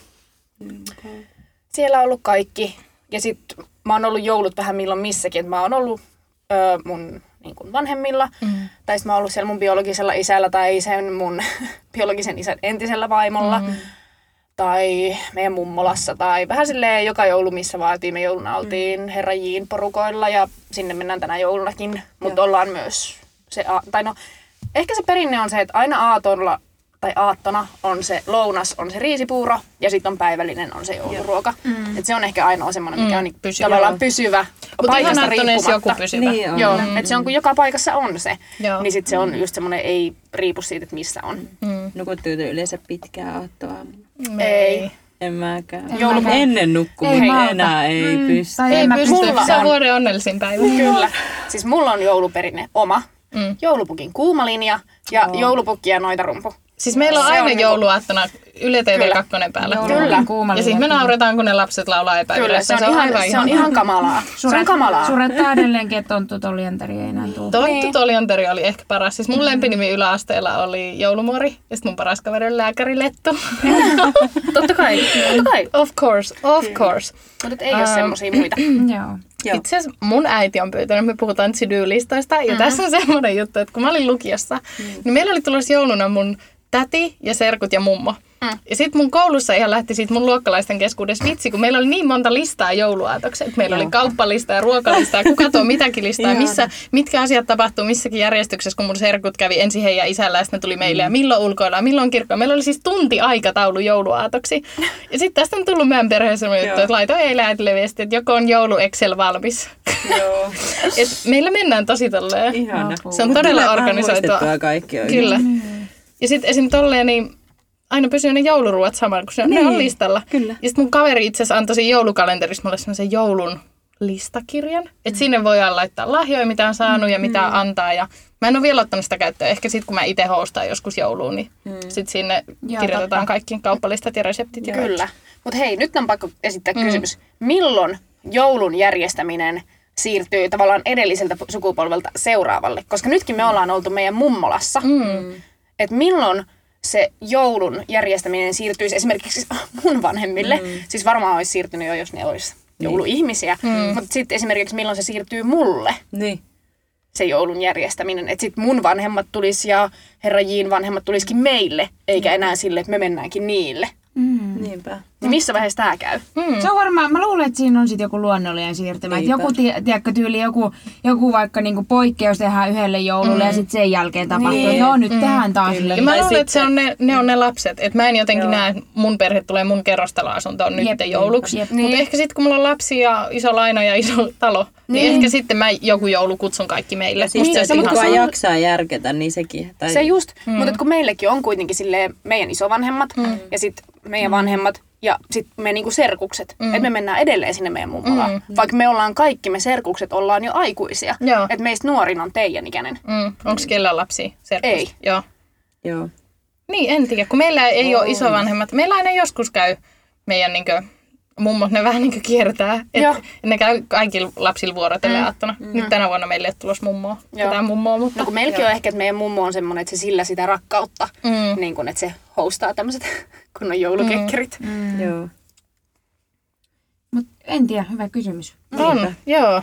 siellä on ollut kaikki. Ja sitten mä oon ollut joulut vähän milloin missäkin, että mä oon ollut öö, mun niin kuin vanhemmilla, mm. tai sitten mä oon ollut siellä mun biologisella isällä tai sen mun biologisen isän entisellä vaimolla, mm. tai meidän mummolassa, tai vähän silleen joka joulu, missä vaan viime jouluna oltiin mm. Herra Jiin porukoilla, ja sinne mennään tänä joulunakin, mutta ollaan myös se, tai no, ehkä se perinne on se, että aina aatolla tai aattona on se lounas, on se riisipuuro ja sitten on päivällinen on se jouluruoka. Mm. Et se on ehkä ainoa semmoinen, mikä Mm, on niin pysyvä. tavallaan pysyvä Mutta paikasta ihanaa, että on edes riippumatta. joku pysyvä. Niin on. Joo, Mm. että se on kun joka paikassa on se, Joo. niin sitten se on just semmoinen, ei riipu siitä, että missä on. Mm. Nukutteko te yleensä pitkää aattoa? Me Ei. En mäkään. Joulu- Ennen nukkuu, Ei mutta malta. enää ei Mm, pysty. tai Ei en mä pysty. Mulla Se on on- vuoden onnellisin päivä. Kyllä. Siis mulla on jouluperinne oma, Mm. joulupukin kuumalinja ja joulupukki ja noitarumpu. Siis meillä on Se aina on niinku- jouluaattona Yle T V Kyllä. kaksi päällä. Kyllä. Ja siis me nauretaan, kun ne lapset laulaa Kyllä, epävirallisesti. se on, ihan, se on ihan kamalaa. Se on kamalaa. Surettaa edelleenkin, että tonttu tolienteri ei enää tule. Tonttu Niin. Tolianteri oli ehkä paras. Siis mun lempinimi yläasteella oli joulumuori ja sitten mun paras kaveri oli lääkäri Lettu. Totta kai, totta kai. Of course, of course. Mutta ei ole semmosia muita. Joo. Joo. Itse asiassa mun äiti on pyytänyt, me puhutaan to-do-listoista. Ja mm-hmm. tässä on semmoinen juttu, että kun mä olin lukiossa, mm. niin meillä oli tulossa jouluna mun täti ja serkut ja mummo. Mm. Ja sitten mun koulussa ihan lähti siitä mun luokkalaisten keskuudessa vitsi, kun meillä oli niin monta listaa jouluaatoksi. Että meillä oli kauppalista ja ruokalista ja kuka tuo mitäkin listaa ja missä, mitkä asiat tapahtuu missäkin järjestyksessä, kun mun serkut kävi ensin heidän isällä ja sitten ne tuli meille ja milloin ulkoilla ja milloin kirkkoon. Meillä oli siis tunti aikataulu jouluaatoksi. Ja sitten tästä on tullut meidän perheessä semmoinen juttu, että laitoin eilen äitille viesti, että joko on joulu Excel valmis. Joo. Et meillä mennään tosi tolleen. Ihana. Se on todella Tulee vähän organisoitua. muistettua kaikki oikein. Kyllä. Ja sitten esim. Tolleen, niin aina pysyy ne jouluruuat samalla, kun se, niin, ne on listalla. Kyllä. Ja sitten mun kaveri itse asiassa antoi siinä joulukalenterissa mulle semmoisen joulun listakirjan. Että sinne voidaan laittaa lahjoja, mitä on saanut ja mitä antaa. Ja mä en ole vielä ottanut sitä käyttöön. Ehkä sitten kun mä itse hostaan joskus jouluun, niin mm. sitten sinne Joo, kirjoitetaan totta. kaikki kauppalistat ja reseptit. Ja Kyllä. Mutta hei, nyt on pakko esittää mm. kysymys. Milloin joulun järjestäminen siirtyy tavallaan edelliseltä sukupolvelta seuraavalle? Koska nytkin me ollaan oltu meidän mummolassa. Mm. Että milloin se joulun järjestäminen siirtyisi esimerkiksi mun vanhemmille. Mm. Siis varmaan olisi siirtynyt jo, jos ne olisi jouluihmisiä. Mm. Mutta sitten esimerkiksi milloin se siirtyy mulle, Niin. se joulun järjestäminen. Että sitten mun vanhemmat tulisi ja Herra Jiin vanhemmat tulisikin meille, eikä enää sille, että me mennäänkin niille. Mm. Niinpä. Niin missä vaiheessa tämä käy? Mm. Se on varmaan, mä luulen, että siinä on sitten joku luonnollinen siirtymä. Että joku, tie- tiedätkö, tyyli, joku, joku vaikka niinku poikkeus tehdään yhdelle joululle mm. ja sitten sen jälkeen tapahtuu, Niin. että joo, nyt mm. tehdään taas. Kyllä. Ja mä Tai luulen, että se sitten- on ne, ne on ne lapset. Että mä en jotenkin Joo. näe, että mun perhe tulee mun kerrostaloasuntoon nyt Jep. jouluksi. Jep. Mutta Niin. ehkä sitten kun mulla on lapsi ja iso laina ja iso talo, niin, niin ehkä sitten mä joku joulu kutsun kaikki meille. Ja siis Musta se, se että olisi mutta kukaan se on- jaksaa järketä, niin sekin. Tai... Se just, mm. mutta kun meillekin on kuitenkin silleen meidän isovanhemmat mm. ja sitten meidän vanhemmat ja sitten me niinku serkukset. Mm. Että me mennään edelleen sinne meidän mummolaan. Mm. Vaikka me ollaan kaikki, me serkukset ollaan jo aikuisia. Joo. Että meistä nuorin on teidän ikäinen. Mm. Onko kellään lapsia? Serkusta? Ei. Joo. Joo. Niin, en tiedä, kun meillä ei ole isovanhemmat. Meillä aina joskus käy meidän niinkö, mummot, ne vähän niinkö kiertää. Et ne käy kaikilla lapsilla vuorotellen mm. aattona. Mm. Nyt tänä vuonna meille ei ole tulossa mummoa. Ketään mummoa, mutta... No kun meilläkin on ehkä, että meidän mummo on semmoinen, että se sillä sitä rakkautta, mm. niin kun, että se hostaa tämmöiset kunnon joulukekkerit. Mm. Mm. Joo. Mut en tiedä, hyvä kysymys. On, Niinpä. Joo.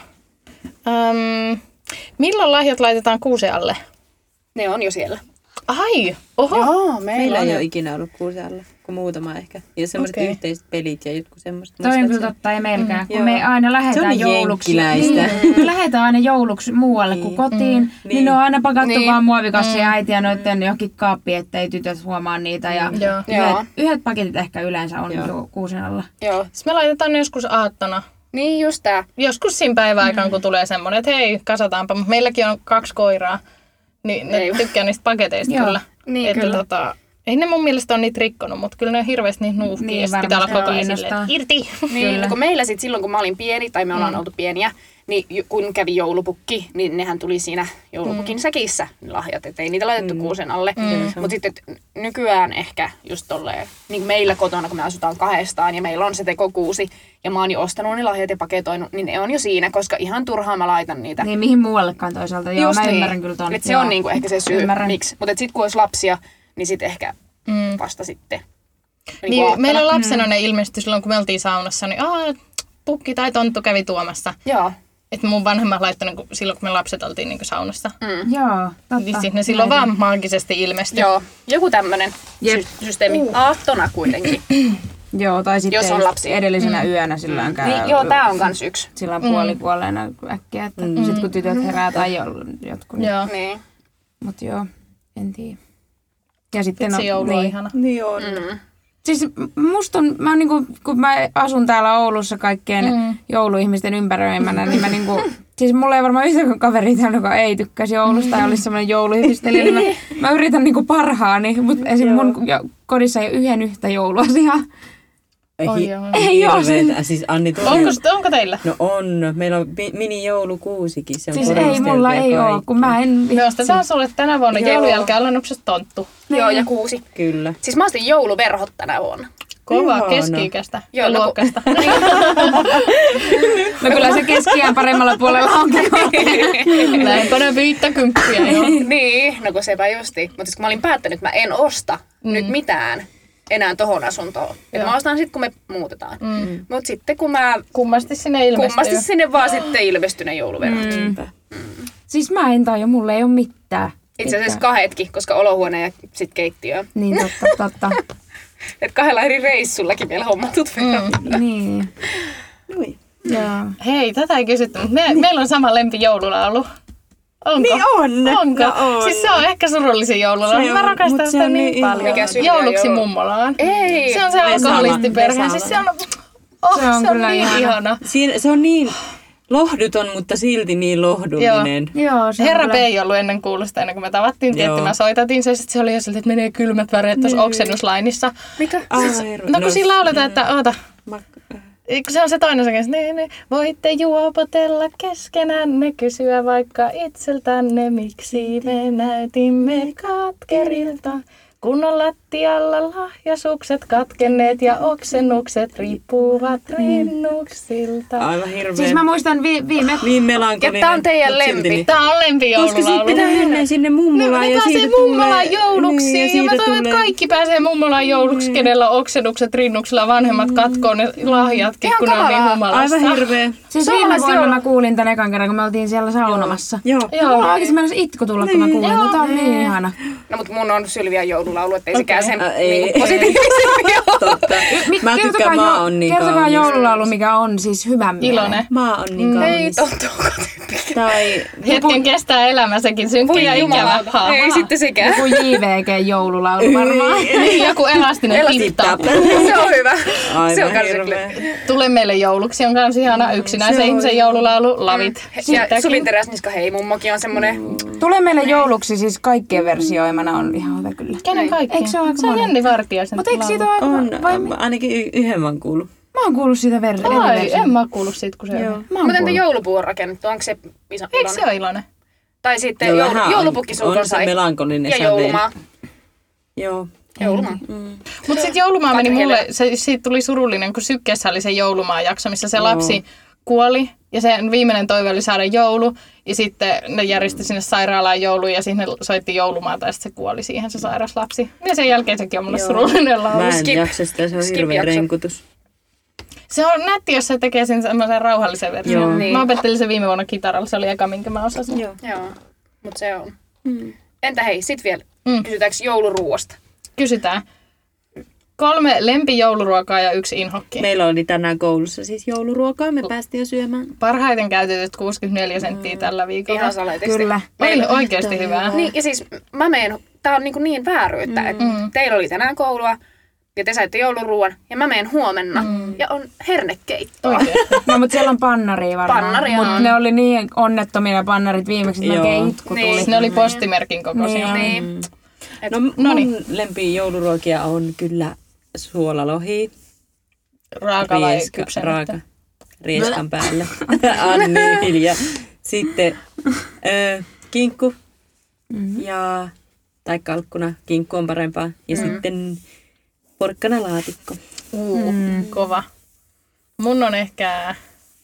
Um, milloin lahjat laitetaan kuusen alle? Ne on jo siellä. Ai, oho. Joo, meillä, meillä on ei jo. ole ikinä ollut kuusen alla, kuin muutama ehkä. Ja semmoiset Okei. yhteiset pelit ja jotkut semmoiset. Toi on kyllä totta, ei meilläkään. Mm, kun me joo. aina lähdetään Se on jouluksi. jenkkiläistä. Niin, me lähdetään aina jouluksi muualle kuin kotiin. Mm, niin. niin ne on aina pakattu Niin. vaan muovikassa ja äiti ja noitten johonkin kaappiin, ettei tytöt huomaa niitä. Ja Joo. yhdet, Joo. yhdet paketit ehkä yleensä on Joo. jo kuusen alla. Joo. Sitten me laitetaan joskus aattona. Niin just tää. Joskus siinä päiväaikaan, kun tulee semmoinen, että hei, kasataanpa. Mutta meilläkin on kaksi koiraa, niin ne Ei. tykkää niistä paketeista Joo. kyllä. Niin, että kyllä. Tota, ei ne mun mielestä ole niitä rikkonut, mutta kyllä ne on hirveästi niitä nuuhkia. Niin, Ja sit pitää olla varmasti koko ajan kiinnostaa. silleen, irti. Niin, no kun meillä sit silloin, kun mä olin pieni, tai me ollaan mm. oltu pieniä, niin ju- kun kävi joulupukki, niin nehän tuli siinä joulupukin mm. säkissä ne lahjat, ettei niitä laitettu mm. kuusen alle. Mm. Mutta sitten nykyään ehkä just tolleen, niin kuin meillä kotona, kun me asutaan kahdestaan ja meillä on se tekokuusi, ja mä oon jo ostanut ne lahjat ja paketoinut, niin ne on jo siinä, koska ihan turhaan mä laitan niitä. Niin mihin muuallekaan toisaalta. Joo, Just mä niin. ymmärrän kyllä ton. Et se Joo. on niinku ehkä se syy, Ymmärrän. miksi. Mutta sitten kun olisi lapsia, niin sitten ehkä Mm. vasta sitten. Niin, aattona. meillä lapsena ne ilmestyi silloin, kun me oltiin saunassa, niin Aa, pukki tai tonttu kävi tuomassa. Joo. Että mun vanhemmat laittoi niin silloin, kun me lapset oltiin niin saunassa. Mm. Joo, totta. Niin sitten ne silloin Näin. vaan maagisesti ilmestyi. Joo, joku tämmönen Jep. sy- systeemi. Aattona kuitenkin. Joo, tai sitten Jos on lapsia. edellisenä mm. yönä silloin käy. Niin, joo, tää on kans yksi. Silloin puolikuolleena äkkiä, että mm. sit kun tytöt herää tai jo- jotkut. Niin. Joo. Niin. Mut joo, en tiedä. Ja sitten Se joulu on niin. ihana. Niin on. Mm. Siis musta on, mä niinku, kun mä asun täällä Oulussa kaikkien mm. jouluihmisten ympäröimänä, niin mä niinku, siis mulla ei varmaan yhtäkään kaveri täällä, joka ei tykkäisi joulusta ja olisi semmoinen jouluhifistelijä. Niin mä, mä yritän niinku parhaani, mutta esim. mun jo, kodissa ei ole yhden yhtä jouluasiaa. Oi, Hi- joo. Ei oo sen. hirveetä. Siis Anni tuli- Onko, onko teillä? No on. Meillä on pi- mini-joulukuusikin. Se on Siis ei, koristeltu mulla ja ei oo, kaikki. kun mä en... Me ostetaan sulle tänä vuonna Joo. joulun jälkeen alennuksesta tonttu. Joo, ja kuusi. Kyllä. Siis mä ostin jouluverhot tänä vuonna. Kova Ihana. keski-ikäistä Joo, ja no kun- luokkaista. No kyllä se keskiään paremmalla puolella on. Lähempänä viittäkymppiä jo. Niin, no kun sepä justi. Mutta siis kun mä olin päättänyt, että mä en osta mm. nyt mitään enää tohon asuntoon. Että mä ostan sitten, kun me muutetaan. Mm. Mutta sitten kun mä Kummasti sinne ilmestyy. kummasti sinne vaan sitten ilmestyi ne jouluverhot. Mm. Niinpä. Siis mä en tajua, mulla ei oo mitään. Itse asiassa kahdetkin, koska olohuone ja sitten keittiö. Niin totta, totta. Että kahdella eri reissullakin vielä hommatut verhot. Niin. Nui. Joo. Hei, tätä ei kysytty, mutta me, meillä on sama lempijoululaulu. Onko? Niin on. Onko? No on. Siis se on ehkä surullisin joululaulu. Se Mä on, rakastan mut se sitä on niin niin paljon. Mikä syrjää Jouluksi joulu? mummolaan. Ei! Se on se Vesala. alkoholistiperhe. Siis se on, oh, Se on se on kyllä niin ihana. ihana. Siinä, se on niin lohduton, mutta silti niin lohdullinen. Joo, se on Herra B kyllä- ei ollut ennen kuulusta, ennen kuin me tavattiin. Joo. Tietty, mä soitatin se, sitten se oli jo siltä, että menee kylmät väreet tuossa oksennuslainissa. Mikä? Aivan hirveä. No kun siinä lauletaan, että oota, Mak- kun se on se toinen sekä, niin, niin, voitte juopotella keskenänne, kysyä vaikka itseltänne, miksi me näytimme katkerilta. Kun on lattialla lahjasukset katkenneet ja oksennukset riippuvat rinnuksilta. Aivan hirveä. Siis mä muistan vi- viime... Niin melankolinen. Ja tää on teidän mut silti lempi. niin. Tää on lempijoululaulu. Koska siitä pitää mennä sinne mummolaan. No, ne ja pääsee siitä mummolaan tulee- jouluksi. Niin, ja, ja mä siitä toivon, että tulee- kaikki pääsee mummolaan jouluksi, kenellä on oksennukset rinnuksilla. Vanhemmat katkoo ne lahjatkin, Ihan kun ne on niin kamalaa. humalassa. Aivan hirveä. Siis Se on viime vähän vuonna joulu- mä kuulin tän ekan kerran, kun me oltiin siellä saunomassa. Joo. Ja mulla oikeesti mennessä itku tulla, kun mä kuulin. Joo. No, tää on niin ihana. No mut mun on Sylvian joululaulu, ettei Okei. sekään sen Ä, ei. niinku positiivisempi ole. Totta. Mä tykkään, maa on niin Kertokaa kaunis. joululaulu, mikä on siis hyvän mielen. Iloinen. Maa on niin Ei kaunis. tottuuko Tai Hetken kestää elämä, sekin synkkä ja ikävä. Ha, Ei ha. sitten sekään. Joku J V G-joululaulu varmaan. Niin, joku elastinen tip-tap. Se on hyvä. Se on aivan kans hirveä. Tule meille jouluksi on kans ihana yksinäisen se on ihmisen joululaulu. Lavit. Ja Sulin teräsniska hei mummokin on semmonen. Tule meille jouluksi siis kaikkien versioimana on ihan hyvä kyllä. Kenen kaikki? Eikö se ole aika Se on monen? Jenni Vartiaisen Mutta eikö siitä laulu. ole aika... On, Vai... ainakin y- yhden mä oon kuullut. Mä oon kuullut siitä ver- eri Ai, version. en mä oo kuullut siitä, kun se Joo. on. Mä oon Mutta entä kuullut. joulupuu on rakennettu? Onko se iso Eikö se iloinen? ole iloinen? Tai sitten No joulu, vähän on- joulupukkisuukon on se sai. melankolinen Ja sävel. joulumaa. Joo. Joulumaa. Mm. Mutta sitten joulumaa meni Katkele. mulle, se, siitä tuli surullinen, kun Sykkeessä oli se joulumaa jakso, missä se lapsi kuoli. Ja sen viimeinen toive oli saada joulu. Ja sitten ne järjesti sinne sairaalaan jouluun ja sinne soitti joulumaata ja sitten se kuoli siihen se sairas lapsi. Ja sen jälkeen sekin on mulle Joo. surullinen laulu. Mä en Skip. jaksa sitä, se on Skip hirveä jakso. renkutus. Se on nätti, jos se tekee sen semmoisen rauhallisen version. Joo. Niin. Mä opettelin sen viime vuonna kitaralla, se oli eka, minkä mä osasin. Joo. Joo, mutta se on. Entä hei, sit vielä Mm. kysytäänkö jouluruuasta? Kysytään. Kolme lempijouluruokaa ja yksi inhokki. Meillä oli tänään koulussa siis jouluruokaa, me päästiin jo syömään. Parhaiten käytetyt kuusikymmentäneljä senttiä tällä viikolla. Ihan saletisti. Kyllä. Oli oikeasti hyvää. Niin, ja siis mä meen, tää on niin, niin vääryyttä, että teillä oli tänään koulua ja te saitte jouluruuan ja mä meen huomenna ja on hernekeittoa. Oikeasti. No, mutta siellä on pannaria varmaan. Pannaria Mutta on. ne oli niin onnettomia ne pannarit viimeksi, että Joo. melkein itku Niin. tuli. Ne oli postimerkin kokoisia. Niin. Niin. Et, No mun Noniin. lempi jouluruokia on kyllä suolalohi. Raaka vai Rieska, kypsennettä? raaka. Rieskan päällä. Anni hiljaa. Sitten ö, kinkku Mm-hmm. ja, tai kalkkuna. Kinkku on parempaa. Ja Mm. sitten porkkanalaatikko. Uu, Mm. kova. Mun on ehkä,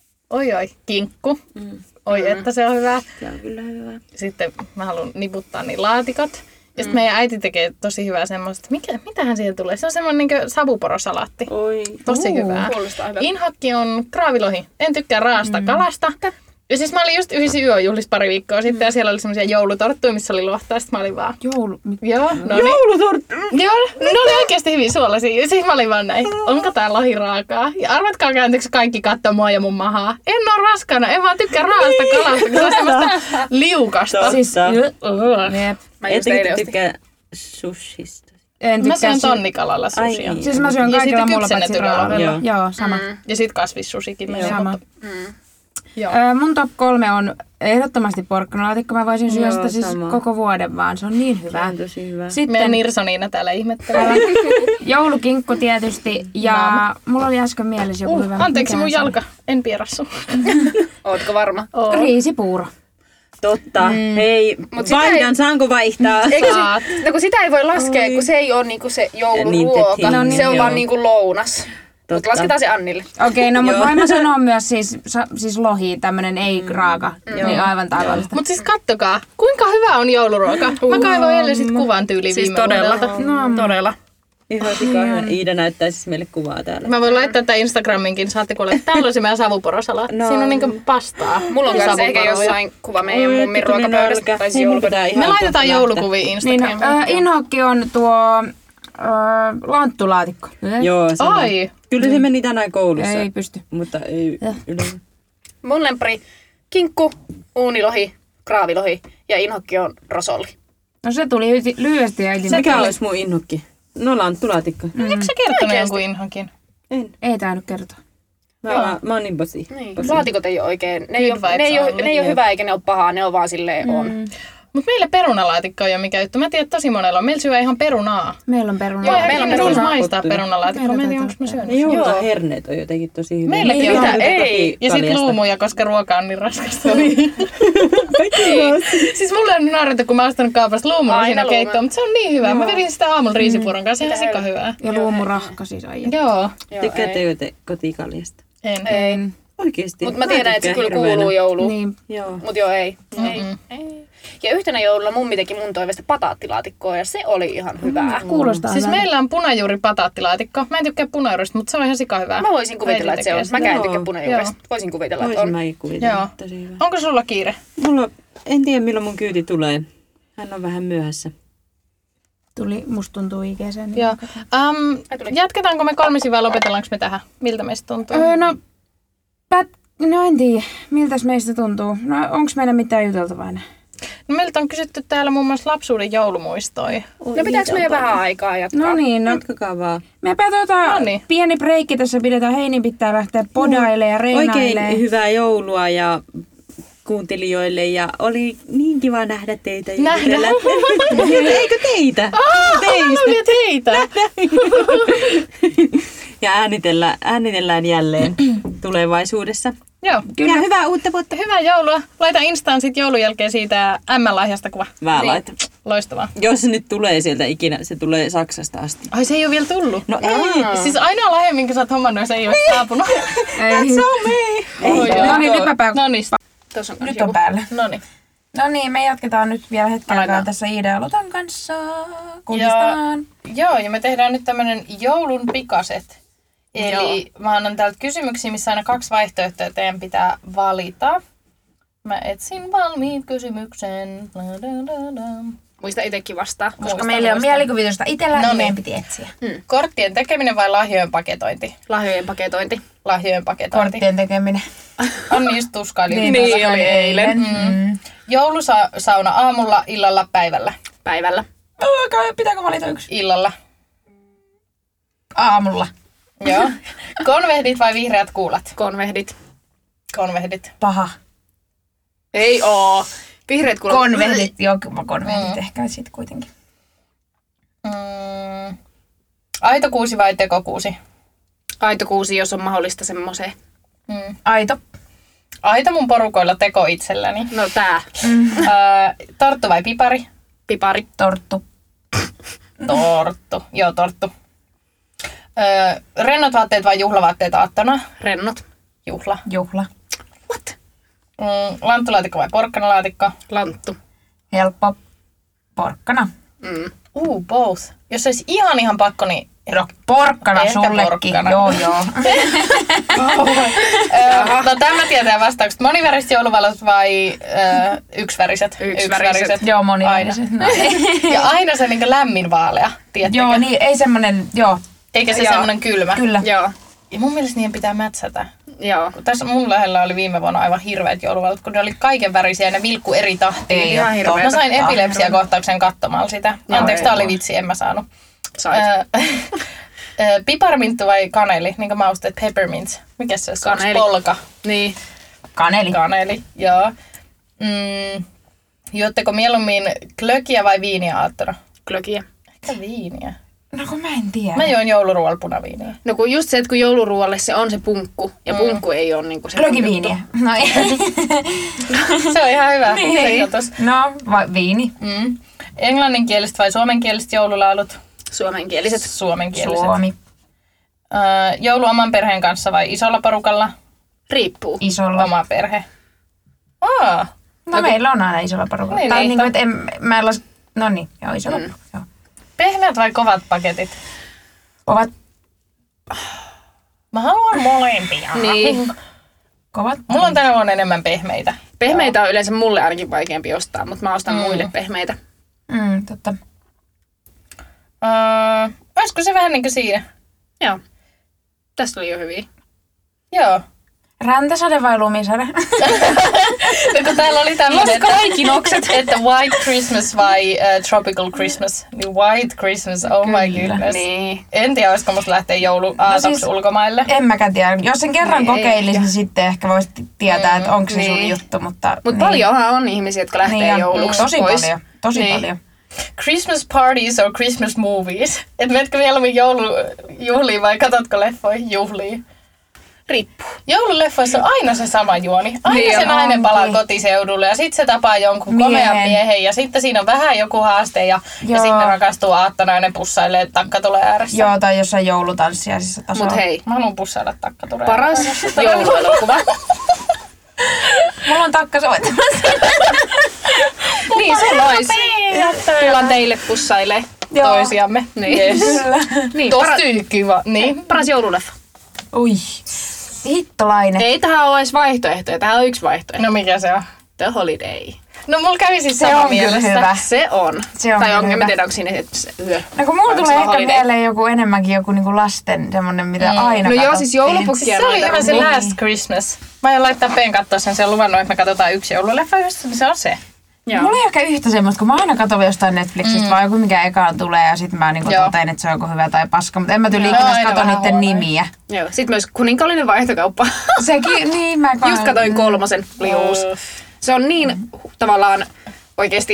oi oi, kinkku. Mm. Oi, että se on hyvä. Se on kyllä hyvä. Sitten mä haluan niputtaa niin laatikot. Ja sitten meidän äiti tekee tosi hyvää semmoista, mikä, mitähän siihen tulee? Se on semmoinen niin savuporosalatti. Oi. Tosi Uu. hyvää. Kuulostaa hyvältä. Inhokki on kraavilohi. En tykkää raasta kalasta. Ja siis mä olin just yhdessä yöjuhlissa pari viikkoa sitten ja siellä oli semmoisia joulutorttuja, missä oli lohta. Ja sit mä olin vaan, Joulu. mit- joo, no niin. Joulutorttu! Joo, ne oli oikeasti hyvin suolaisia. Ja siis mä olin vaan näin, onko tää lohi raakaa? Ja arvatkaa kääntyykö kaikki kattoo mua ja mun mahaa. En oo raskana, en vaan tykkää raasta kalasta, kun se on semmoista liukasta. Totta. Siis, Ugh. jep. Mä just Ettekö eilen te ostin. tykkää sushista? En Mä tykkää syön si- tonnikalalla sushia. Ai niin. Siis mä syön Ja kaikilla sitten muulla paitsi kypsennetyllä raavilla. lohella. Joo, sama. Mm. Ja sit kasvissusikin menee. Sama. Mutta, Mm. joo. Öö, mun top kolme on ehdottomasti porkkanalaatikko. Mä voisin syödä Joo, sitä siis sama. koko vuoden vaan. Se on niin Se hyvä. on tosi hyvä. Meidän Sitten Nirsoniina täällä ihmettelee. joulukinkku tietysti. Ja mulla oli äsken mielessä joku Uh, hyvä. anteeksi mikähän mun se on? jalka, en pierassu. Ootko varma? Oo. Riisipuuro. Totta. Mm. Hei, Mut sitä vaihdan, ei- saanko vaihtaa? Eikö Saat. sit, no kun sitä ei voi laskea, Oi. kun se ei ole niinku se Niin, jouluruoka. te- No niin, se on joo. vaan niinku lounas. Mutta Totta. lasketaan se Annille. Okei, no mutta Joo. voin mä sanoa myös siis, sa, siis lohi, tämmönen ei raaka. Niin aivan tavallista. Mut siis kattokaa, kuinka hyvä on jouluruoka. Mä kaivoin eilen sit kuvan tyyli Siis viime todella. vuodelta. No, Todella. Ihan sika. Iida näyttää siis meille kuvaa täällä. Mä voin laittaa tätä Instagraminkin, saatte kuulla, että täällä on se meidän savuporosalaatti. No. Siinä on niinku pastaa. Mulla on ja kanssa ehkä savuporoja. jossain kuva meidän Oi, mummin että tuli ruokapöydästä. nälkä. Tai siis Hei, mun joulupöydästä. pitää ihan Me laitetaan kohta joulukuvia Niin, Instagramiin. äh, inhokki on tuo äh, lanttulaatikko. Joo, sama. Ai. Kyllä se meni tänään koulussa. Ei pysty. Mutta ei yleensä. Mun lempari kinkku, uunilohi, kraavilohi ja inhokki on rosolli. No se tuli yti- lyhyesti äiti. Sekä olisi mun innokki. No lanttulaatikko. Eikö sä kertonut jonkun inhonkin? En. Ei tainnut kertoa. Mä, mä, mä oon niin posi. Niin. posi. Laatikot ei ole oikein, ne ei Good ole, ne ei vibes ole, only. ne ei ole hyvää eikä ne ole pahaa, ne on vaan silleen on. Mut meillä perunalaatikko ei ole mikä juttu. Mä tiedän, että tosi monella on. Meillä syö ihan perunaa. Meillä on peruna. Joo, Joo, meillä on meillä on perunaa. maistaa Tottunut. perunalaatikkoa. Mä en tiedä, Meillä onko mä syönyt. Ne jouluta Joo. herneet on jotenkin tosi hyviä. Meilläkin Niin, on. mitä? Ei. Ja sit Kaljasta. luumuja, koska ruoka on niin raskasta. Kaikki Siis mulle on naurettu, kun mä oon ostanut kaupasta luumun Aina siinä luumu. keittoon, mutta se on niin hyvä. Mä vedin sitä aamulla riisipuuron kanssa, ihan Mitä sika hyvää. Ja luumurahka siis ai. Joo. Tykkäättekö te kotikaljasta? En. Ei. Oikeesti? Mutta mä tiedän, että se tykkään kyllä hirveänä. kuuluu jouluun. Niin. Joo. Mut joo, ei. ei. Mm-mm. ei. Ja yhtenä joululla mummi teki mun toivesta pataattilaatikkoa ja se oli ihan hyvää. Kuulostaa Siis hyvältä. meillä on punajuuri pataattilaatikko. Mä en tykkää punajuurista, mutta se on ihan sika hyvää. Mä voisin kuvitella, Äiti että se on. tekee Mä sitä. en tykkää Joo. punajuuresta. Joo. Voisin kuvitella, että Voisin on. mäkin kuvitella. Joo. Tosi hyvä. Onko sulla kiire? Mulla, en tiedä milloin mun kyyti tulee. Hän on vähän myöhässä. Tuli, musta tuntuu I G C. Niin Joo. Um, Ai, tuli. jatketaanko me kolmesi vai lopetellaanko me tähän? Miltä meistä tuntuu? Öö, no, pät, no en tiedä. Miltäs meistä tuntuu? No onks meillä mitään juteltavaa enää? No, meiltä on kysytty täällä muun muassa lapsuuden joulumuistoja. No pitääkö meidän vähän aikaa jatkaa? No niin, no. Jatkakaa vaan. Meipä tota, No niin. pieni breikki tässä pidetään. Heini pitää lähteä podailemaan ja reinailemaan. Oikein hyvää joulua ja kuuntelijoille ja oli niin kiva nähdä teitä. ja Nähdä. jutella. Eikö teitä? Ah, Teistä. teitä! Ja äänitellään, äänitellään jälleen tulevaisuudessa. Joo. Kyllä. Ja hyvää uutta vuotta. Hyvää joulua. Laita Instaan sit joulun jälkeen siitä M-lahjasta kuva. Mä laitan. Loistavaa. Jos se nyt tulee sieltä ikinä, se tulee Saksasta asti. Ai se ei ole vielä tullut. No ei. Siis ainoa lahja, minkä sä oot hommannut, se ei ole saapunut. Ei. Se on me. No niin, nyt mä pää... No niin. Tuossa on kans Nyt joku. on päällä. No niin. No niin, me jatketaan nyt vielä hetken Aletaan. aikaa tässä Iida ja Lotan kanssa. Kuulistaan. Joo, ja me tehdään nyt tämmönen joulun pikaset. Eli Joo. mä annan täältä kysymyksiä, missä aina kaksi vaihtoehtoa teidän pitää valita. Mä etsin valmiin kysymyksen. Muista itekin vastaa. Koska Muistan, meillä on muistan. mielikuvitusta itsellä, No niin niin. meidän piti etsiä. Korttien tekeminen vai lahjojen paketointi? Lahjojen paketointi. Lahjojen paketointi. Korttien tekeminen. On niistä tuskaili. Niin, oli eilen. Mm. Joulusauna aamulla, illalla, päivällä. Päivällä. Oh, pitääkö valita yksi? Illalla. Aamulla. Joo. Konvehdit vai vihreät kuulat? Konvehdit. Konvehdit. Paha. Ei oo. Vihreät kuulat. Konvehdit, joo, kyllä konvehdit Mm. ehkä sitten kuitenkin. Mm. Aitokuusi vai tekokuusi? Aitokuusi, jos on mahdollista semmoiseen. Mm. Aito. Aito mun porukoilla, teko itselläni. No tää. Mm. Öö, torttu vai pipari? Pipari. Torttu. Torttu. Joo, torttu. Öö, rennot vaatteet vai juhlavaatteet aattona? Rennot. Juhla. Juhla. What? Mm, lanttulaatikko vai porkkanalaatikko? Lanttu. Helppo. Porkkana. Mm. Uh, both. Jos olisi ihan ihan pakko, niin... No, porkkana Ehkä sullekin. porkkana. Joo, joo. Öö, no tämä tietää vastaukset. Moniväriset jouluvalot vai öö, yksiväriset? Yksiväriset. joo, moniväriset. No, Ja aina se niinku lämmin vaalea, tiedättekö? joo, niin ei semmonen, joo, Eikä se Joo. semmoinen kylmä. kyllä. Joo. Ja mun mielestä niiden pitää mätsätä. Joo. Kun tässä mun lähellä oli viime vuonna aivan hirveät jouluvalot, kun ne oli kaiken värisiä ja ne vilkku eri tahtiin. Ei Ihan oo hirveetä. Mä sain totta. epilepsiakohtauksen katsomalla sitä. Joo, Anteeksi, ei tää oli voi. vitsi, en mä saanut. Sait. Öö, öö, Piparminttu vai kaneli? Niin kuin mausteet, peppermint. Mikä se on? Kaneli. Polka. Niin. Kaneli. Kaneli, joo. Mm, juotteko mieluummin klökiä vai viiniä aattona? Klökiä. Ehkä viiniä. No kun mä en tiedä. Mä join jouluruoalla punaviiniä. No kun just se, että kun jouluruoalle se on se punkku. Ja Mm. punkku ei ole niinku se Glögiviiniä. No, ei. Se on ihan hyvä. Niin. Sekoitus. no va- viini. Mm. Englanninkieliset vai suomenkieliset joululaulut? Suomenkieliset. Suomenkieliset. Suomi. Öö, joulu oman perheen kanssa vai isolla porukalla? Riippuu. Isolla. Oma perhe. Aa, No meillä on aina isolla porukalla. Niin, tai niin, niinku, et en, mä en las... No niin, joo, isolla Mm. porukalla. Joo. pehmeät vai kovat paketit? Kovat, Mä haluan molempia. Niin. kovat. Mulla on tänä vuonna enemmän pehmeitä. Pehmeitä on yleensä mulle ainakin vaikeampi ostaa, mutta mä ostan Mm. muille pehmeitä. Mm, totta. Öö, olisiko se vähän niin kuin siinä? Joo. Tästä oli jo hyviä. Joo. Räntäsade vai lumisade? No kun täällä oli tämmöinen, että, Kaikinokset. että White Christmas vai uh, Tropical Christmas. Niin White Christmas, oh my Kyllä. goodness. Niin. En tiedä, olisiko musta lähteä jouluaatoksi No siis- ulkomaille. En mäkään tiedä. Jos sen kerran Niin, ei kokeilisi, ehkä. niin sitten ehkä voisi tietää, Mm, että onko se sun niin. juttu. Mutta Mutta niin. paljonhan on ihmisiä, jotka lähtee Niin on. jouluksi Tosi pois. paljon. Tosi Niin. paljon. Christmas parties or Christmas movies? Et menetkö mieluummin joulujuhliin vai katsotko leffoja juhliin? Riippuu. Joululeffoissa on aina se sama juoni. Aina Niin se on, nainen palaa onkin. kotiseudulle ja sitten se tapaa jonkun Miehen. komean miehen ja sitten siinä on vähän joku haaste ja, ja Joo. sitten ne rakastuu aattona ja ne pussailee takkatulen ääressä. Joo, tai jossain joulutanssiaisissa tasolla. Mut hei, Mä haluan pussailla takkatulen paras ääressä. jouluelokuva. Mulla on takka soittamassa. Niin, se lois. Tullaan teille pussailee Joo. Toisiamme. Niin. Yes. Kyllä. Niin, para, Tosi kiva. Niin. paras joululeffa. Ui. Hittolainen. Ei tähän ole edes vaihtoehtoja. Tähän on yksi vaihtoehto. No mikä se on? The Holiday. No mulla kävi siis Se sama on kyllä mielessä. hyvä. Se on. Se on tai kyllä on, en hyvä. mä tiedä, onko siinä se yö. No kun mulla Onko tulee se ehkä Holiday? mieleen joku enemmänkin joku niinku lasten semmonen, mitä Mm. aina No joo, katsottiin. siis joulupukki Siis se oli noita hyvä on se niin. Last Christmas. Mä aion laittaa Peen katsoa sen, se on luvannut, että me katsotaan yksi joululeffa yhdessä, niin se on se. Joo. Mulla ei ehkä yhtä semmoista, kun mä aina katson jostain Netflixistä, mm. vaan joku mikä ekaan tulee ja sit mä niinku Joo. totean, että se on joko hyvä tai paska, mutta en mä tyyli Joo, ikinä aina katso vähän niiden huonoja. nimiä. Joo. Sitten myös kuninkaallinen vaihtokauppa. Sekin, niin mä Just katoin kolmosen. Oli uusi. Se on niin tavallaan oikeesti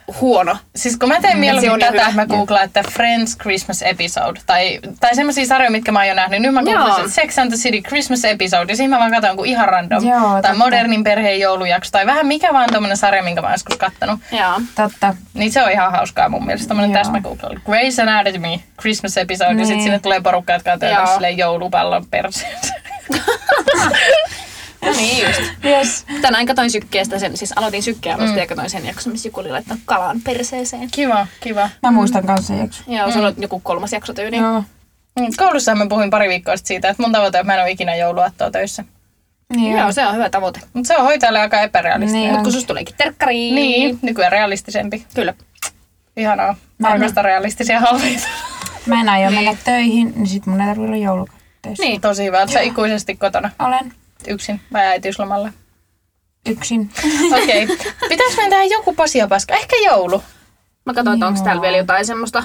huono. Siis kun mä teen mieluummin se on tätä, hyvä. että mä googlaan, että Friends Christmas Episode, tai, tai semmosia sarjoja, mitkä mä oon jo nähnyt. Nyt mä Joo. googlasin Sex and the City Christmas Episode, ja siinä mä vaan katson jonkun ihan random. Joo, tai totta. Modernin perheen joulujakso, tai vähän mikä vaan tommonen sarja, minkä mä oon joskus kattonut. Joo. Totta. Niin se on ihan hauskaa mun mielestä. Tämmönen Joo. täsmä googlaili. Grey's Anatomy Christmas Episode, ja Niin. sit sinne tulee porukka, jotka on Joo. tehnyt silleen joulupallon perseensä. No niin just. Yes. Tänään katoin sykkeestä sen, siis aloitin sykkeä alusta mm. ja katoin sen jakson, missä joku oli laittanut kalan perseeseen. Kiva, kiva. Mä muistan kanssa jakso. Joo, se on joku kolmas jakso tyyli. Joo. Mm, Koulussahan mä puhuin pari viikkoa sitten siitä, että mun tavoite on, että mä en ole ikinä jouluaattoa töissä. Niin Joo, se on hyvä tavoite. Mutta se on hoitajalle aika epärealistista. Niin. Mut kun susta tuleekin terkkariin. Niin, nykyään realistisempi. Kyllä. Ihanaa. Mä Mä en- rakastan realistisia haaveita. Mä en aio mennä töihin, niin sit mun ei tarvitse olla joulutöissä. Niin. Tosi hyvä. Oot sä ikuisesti kotona Olen yksin vai äitiyslomalla? yksin. Okei. Okay. Pitäis meidän tehdä joku posiopaska? Ehkä joulu. Mä katsoin, että onko Joo. täällä vielä jotain semmoista.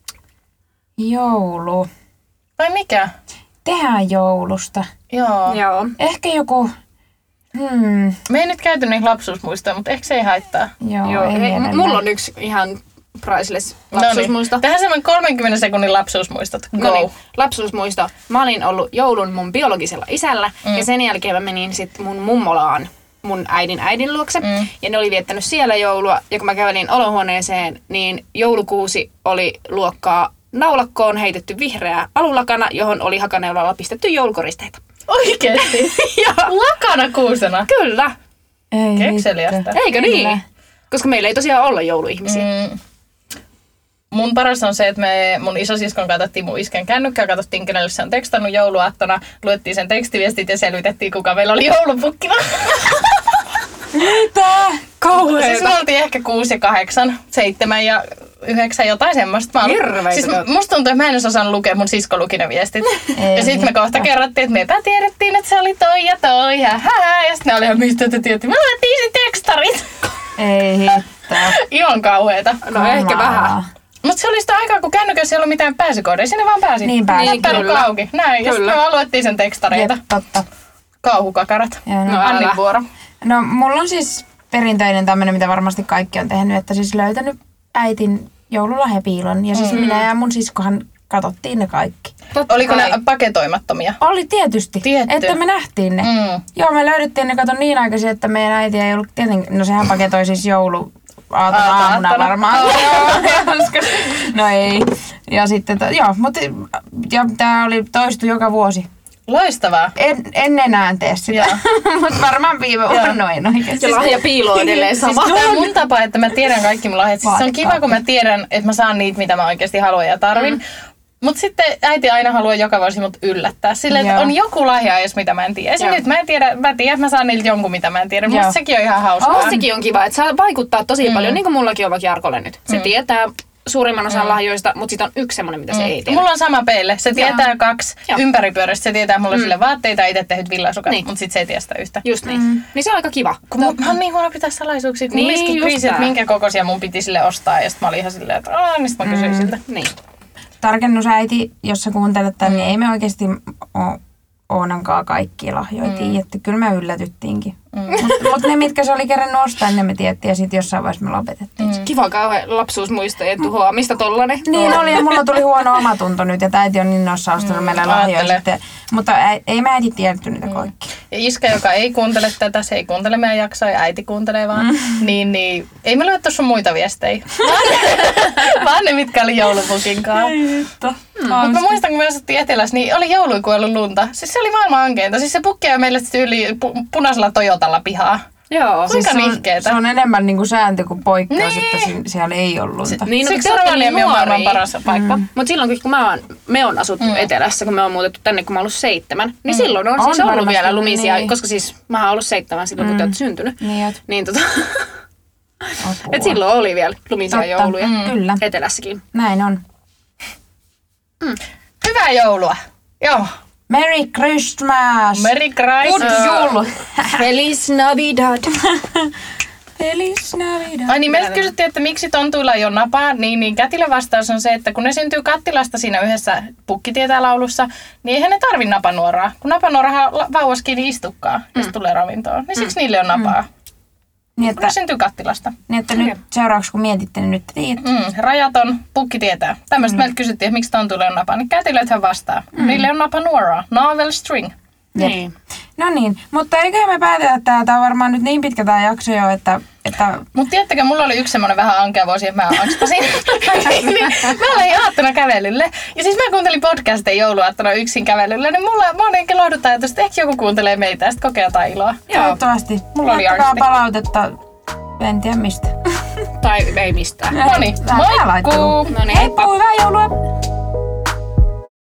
Joulu. Vai mikä? Tehdään joulusta. Joo. Joo. Ehkä joku... Hmm, Me ei nyt käyty niihin lapsuusmuistoja, mutta ehkä se ei haittaa. joo, Joo. ei Hei, edellä. mulla on yksi ihan priceless No niin. lapsuusmuisto. Tehdään semmoinen kolmenkymmenen sekunnin lapsuusmuistot. Go. No niin, lapsuusmuisto. Mä olin ollut joulun mun biologisella isällä mm. ja sen jälkeen mä menin sit mun mummolaan mun äidin äidin luokse. Mm. Ja ne oli viettänyt siellä joulua. Ja kun mä kävelin olohuoneeseen, niin joulukuusi oli luokkaa naulakkoon heitetty vihreää alulakana, johon oli hakaneulalla pistetty joulukoristeita. Oikeesti? Lakana kuusena. Kyllä. Ei Kekseliästä. hitto. Eikö niin? Koska meillä ei tosiaan olla jouluihmisiä. Mm. Mun paras on se, että me mun isosiskon katsottiin mun isken kännykkää, katsottiin kenelle se on tekstannut jouluaattona, luettiin sen tekstiviestit ja selvitettiin, kuka meillä oli joulupukkina. Mitä? Siis me oltiin ehkä kuusi ja kahdeksan, seitsemän ja yhdeksän, jotain semmoista. Mä olin- Hirveitä siis kautta. musta tuntuu, että mä en edes osannut lukea, mun sisko luki ne viestit. Ei ja sitten me hitto. kohta kerrottiin, että me epätiedettiin, että se oli toi ja toi ja hää. Ja sitten ne oli ihan, mistä te tiedätte? Me luettiin sen tekstarit. Ei hitto. Ihan kauheeta. No ehkä vähän. Mutta se oli sitä aikaa, kun kännykössä ei ollut mitään pääsykoodeja. Sinne vaan pääsi. Niin pääsi. Näppäily Kyllä. auki. Näin. Ja sitten Kyllä. me vaan luettiin sen tekstareita. Jep, totta. Kauhukakarat. Joo, No no. Annin älä. vuoro. no mulla on siis perinteinen tämmönen, mitä varmasti kaikki on tehnyt, että siis löytänyt äitin joululahjapiilon. Ja siis mm. minä ja mun siskohan katsottiin ne kaikki. Totta Oliko kai. ne paketoimattomia? Oli tietysti, Tietty. että me nähtiin ne. Mm. Joo, me löydettiin ne kato niin aikaisin, että meidän äiti ei ollut tietenkin, no sehän paketoi siis joulu aatona Aatona. aamuna varmaan. No ei. Ja sitten, to, joo, mutta ja tää oli toistu joka vuosi. Loistavaa. En, en enää tee sitä, mutta varmaan viime vuonna noin oikeasti. Ja lahja piiloo edelleen sama. Siis tää on mun tapa, että mä tiedän kaikki mun lahjat. Siis se on kiva, kun mä tiedän, että mä saan niitä, mitä mä oikeasti haluan ja tarvin. Mm. Mutta sitten äiti aina haluaa joka vuosi mut yllättää. Silleen, että Joo. on joku lahja, jos mitä mä en tiedä. Esimerkiksi nyt mä en tiedä, mä tiedän, että mä saan niiltä jonkun, mitä mä en tiedä. Musta Joo. sekin on ihan hauskaa. Oh, sekin on kiva, että saa vaikuttaa tosi mm. paljon, niin kuin mullakin on vaikka Jarkolle nyt. Se mm. tietää suurimman osan mm. lahjoista, mutta sitten on yksi semmoinen, mitä mm. se ei tiedä. Mulla on sama peille. Se tietää Joo. kaksi Joo. ympäripyörästä. Se tietää mulle mm. sille vaatteita, itse tehdyt villasukat, Niin. mutta sit se ei tiedä sitä yhtä. Just niin. Mm. Niin se on aika kiva. Kun mä, mä oon niin huono pitää salaisuuksia, kun Niin, niin, mulla just kriisi, että tää. minkä kokoisia mun piti sille ostaa. Ja sit mä olin ihan silleen, että aah, niin sit mä kysyin mm. siltä. Niin. Tarkennusäiti, jos sä kuuntelet tämän, mm. niin ei me oikeasti o- Oonankaan kaikkia lahjoja mm. tiedetty. Kyllä me yllätyttiinkin. Mm. Mutta mut ne, mitkä se oli kerännyt ostaa, ne me tiedettiin ja sitten jossain vaiheessa me lopetettiin. Mm. Kiva kauhean lapsuusmuistojen tuhoamista tollanen. Niin oli ja mulla tuli huono omatunto nyt ja äiti on niin noissa ostanut mm. meille lahjoja Aattele. sitten. Mutta ä, ei me äiti tiedetty niitä mm. kaikki. Ja iskä, joka ei kuuntele tätä, se ei kuuntele meidän jaksoa ja äiti kuuntelee vaan, mm. niin, niin ei me luettu sun muita viestejä. Vaan ne, mitkä oli joulupukinkaan. Mm. Mutta mä muistan, kun me asuttiin Etelässä, niin oli jouluikuellut lunta. Siis se oli maailman ankeinta. Siis se pukki ajoi meille yli pu- punaisella Toyotalla pihaa. Joo. Kuinka se, on, nihkeetä. se on enemmän niinku sääntö kuin poikkeus, Niin. että si- siellä ei ollut lunta. Niin, no, Siksi te ootte Rovaniemi niin on maailman nuoria. paras paikka. Mm. Mutta silloin, kun mä oon, me on asuttu mm. etelässä, kun me on muutettu tänne, kun mä oon ollut seitsemän, niin mm. silloin on, On siis ollut varmasti, vielä lumisia, niin. koska siis mä oon ollut seitsemän silloin, kun te ootte syntynyt. Niin, oot. Niin tota, Apua. et silloin oli vielä lumisia Totta, jouluja. mm. Kyllä. Etelässäkin. Näin on. Hyvää joulua. Joo. Merry Christmas! Merry Christmas. Jul! Feliz Navidad. Feliz Navidad! Ai niin, meiltä kysyttiin, että miksi tontuilla ei ole napaa, niin, niin kätilön vastaus on se, että kun ne syntyy kattilasta siinä yhdessä pukkitietä laulussa, niin eihän ne tarvi napanuoraa. Kun napanuorahan la- vauvaskin istukkaa, jos tulee ravintoon, niin siksi niille on napaa. Niin, että, Ne syntyy kattilasta. niin, että nyt seuraavaksi kun mietitte, niin nyt tiedät. Mm, rajaton, pukki tietää. Tämmöistä mm. meiltä kysyttiin, että miksi tontuille on napa, niin kätilöthän vastaa. Mm. Niille on napa nuoraa, novel string. Niin. No niin, mutta eiköhän me päätetä, että tämä on varmaan nyt niin pitkä tämä jakso jo, että... että... Mutta tiedättekö, mulla oli yksi semmoinen vähän ankea vuosi, että mä ankstasin. niin, mä olin aattona kävelylle. Ja siis mä kuuntelin podcasteja jouluaattona yksin kävelylle, niin mulla, mä olin ehkä lohduttaa ajatus, että ehkä joku kuuntelee meitä ja sitten kokee jotain iloa. Toivottavasti. Mulla oli Laittakaa angsti. palautetta, en tiedä mistä. Tai ei mistään. No niin, Vähän moikkuu! laittelua. No niin, heippa. Heippa, hyvää joulua!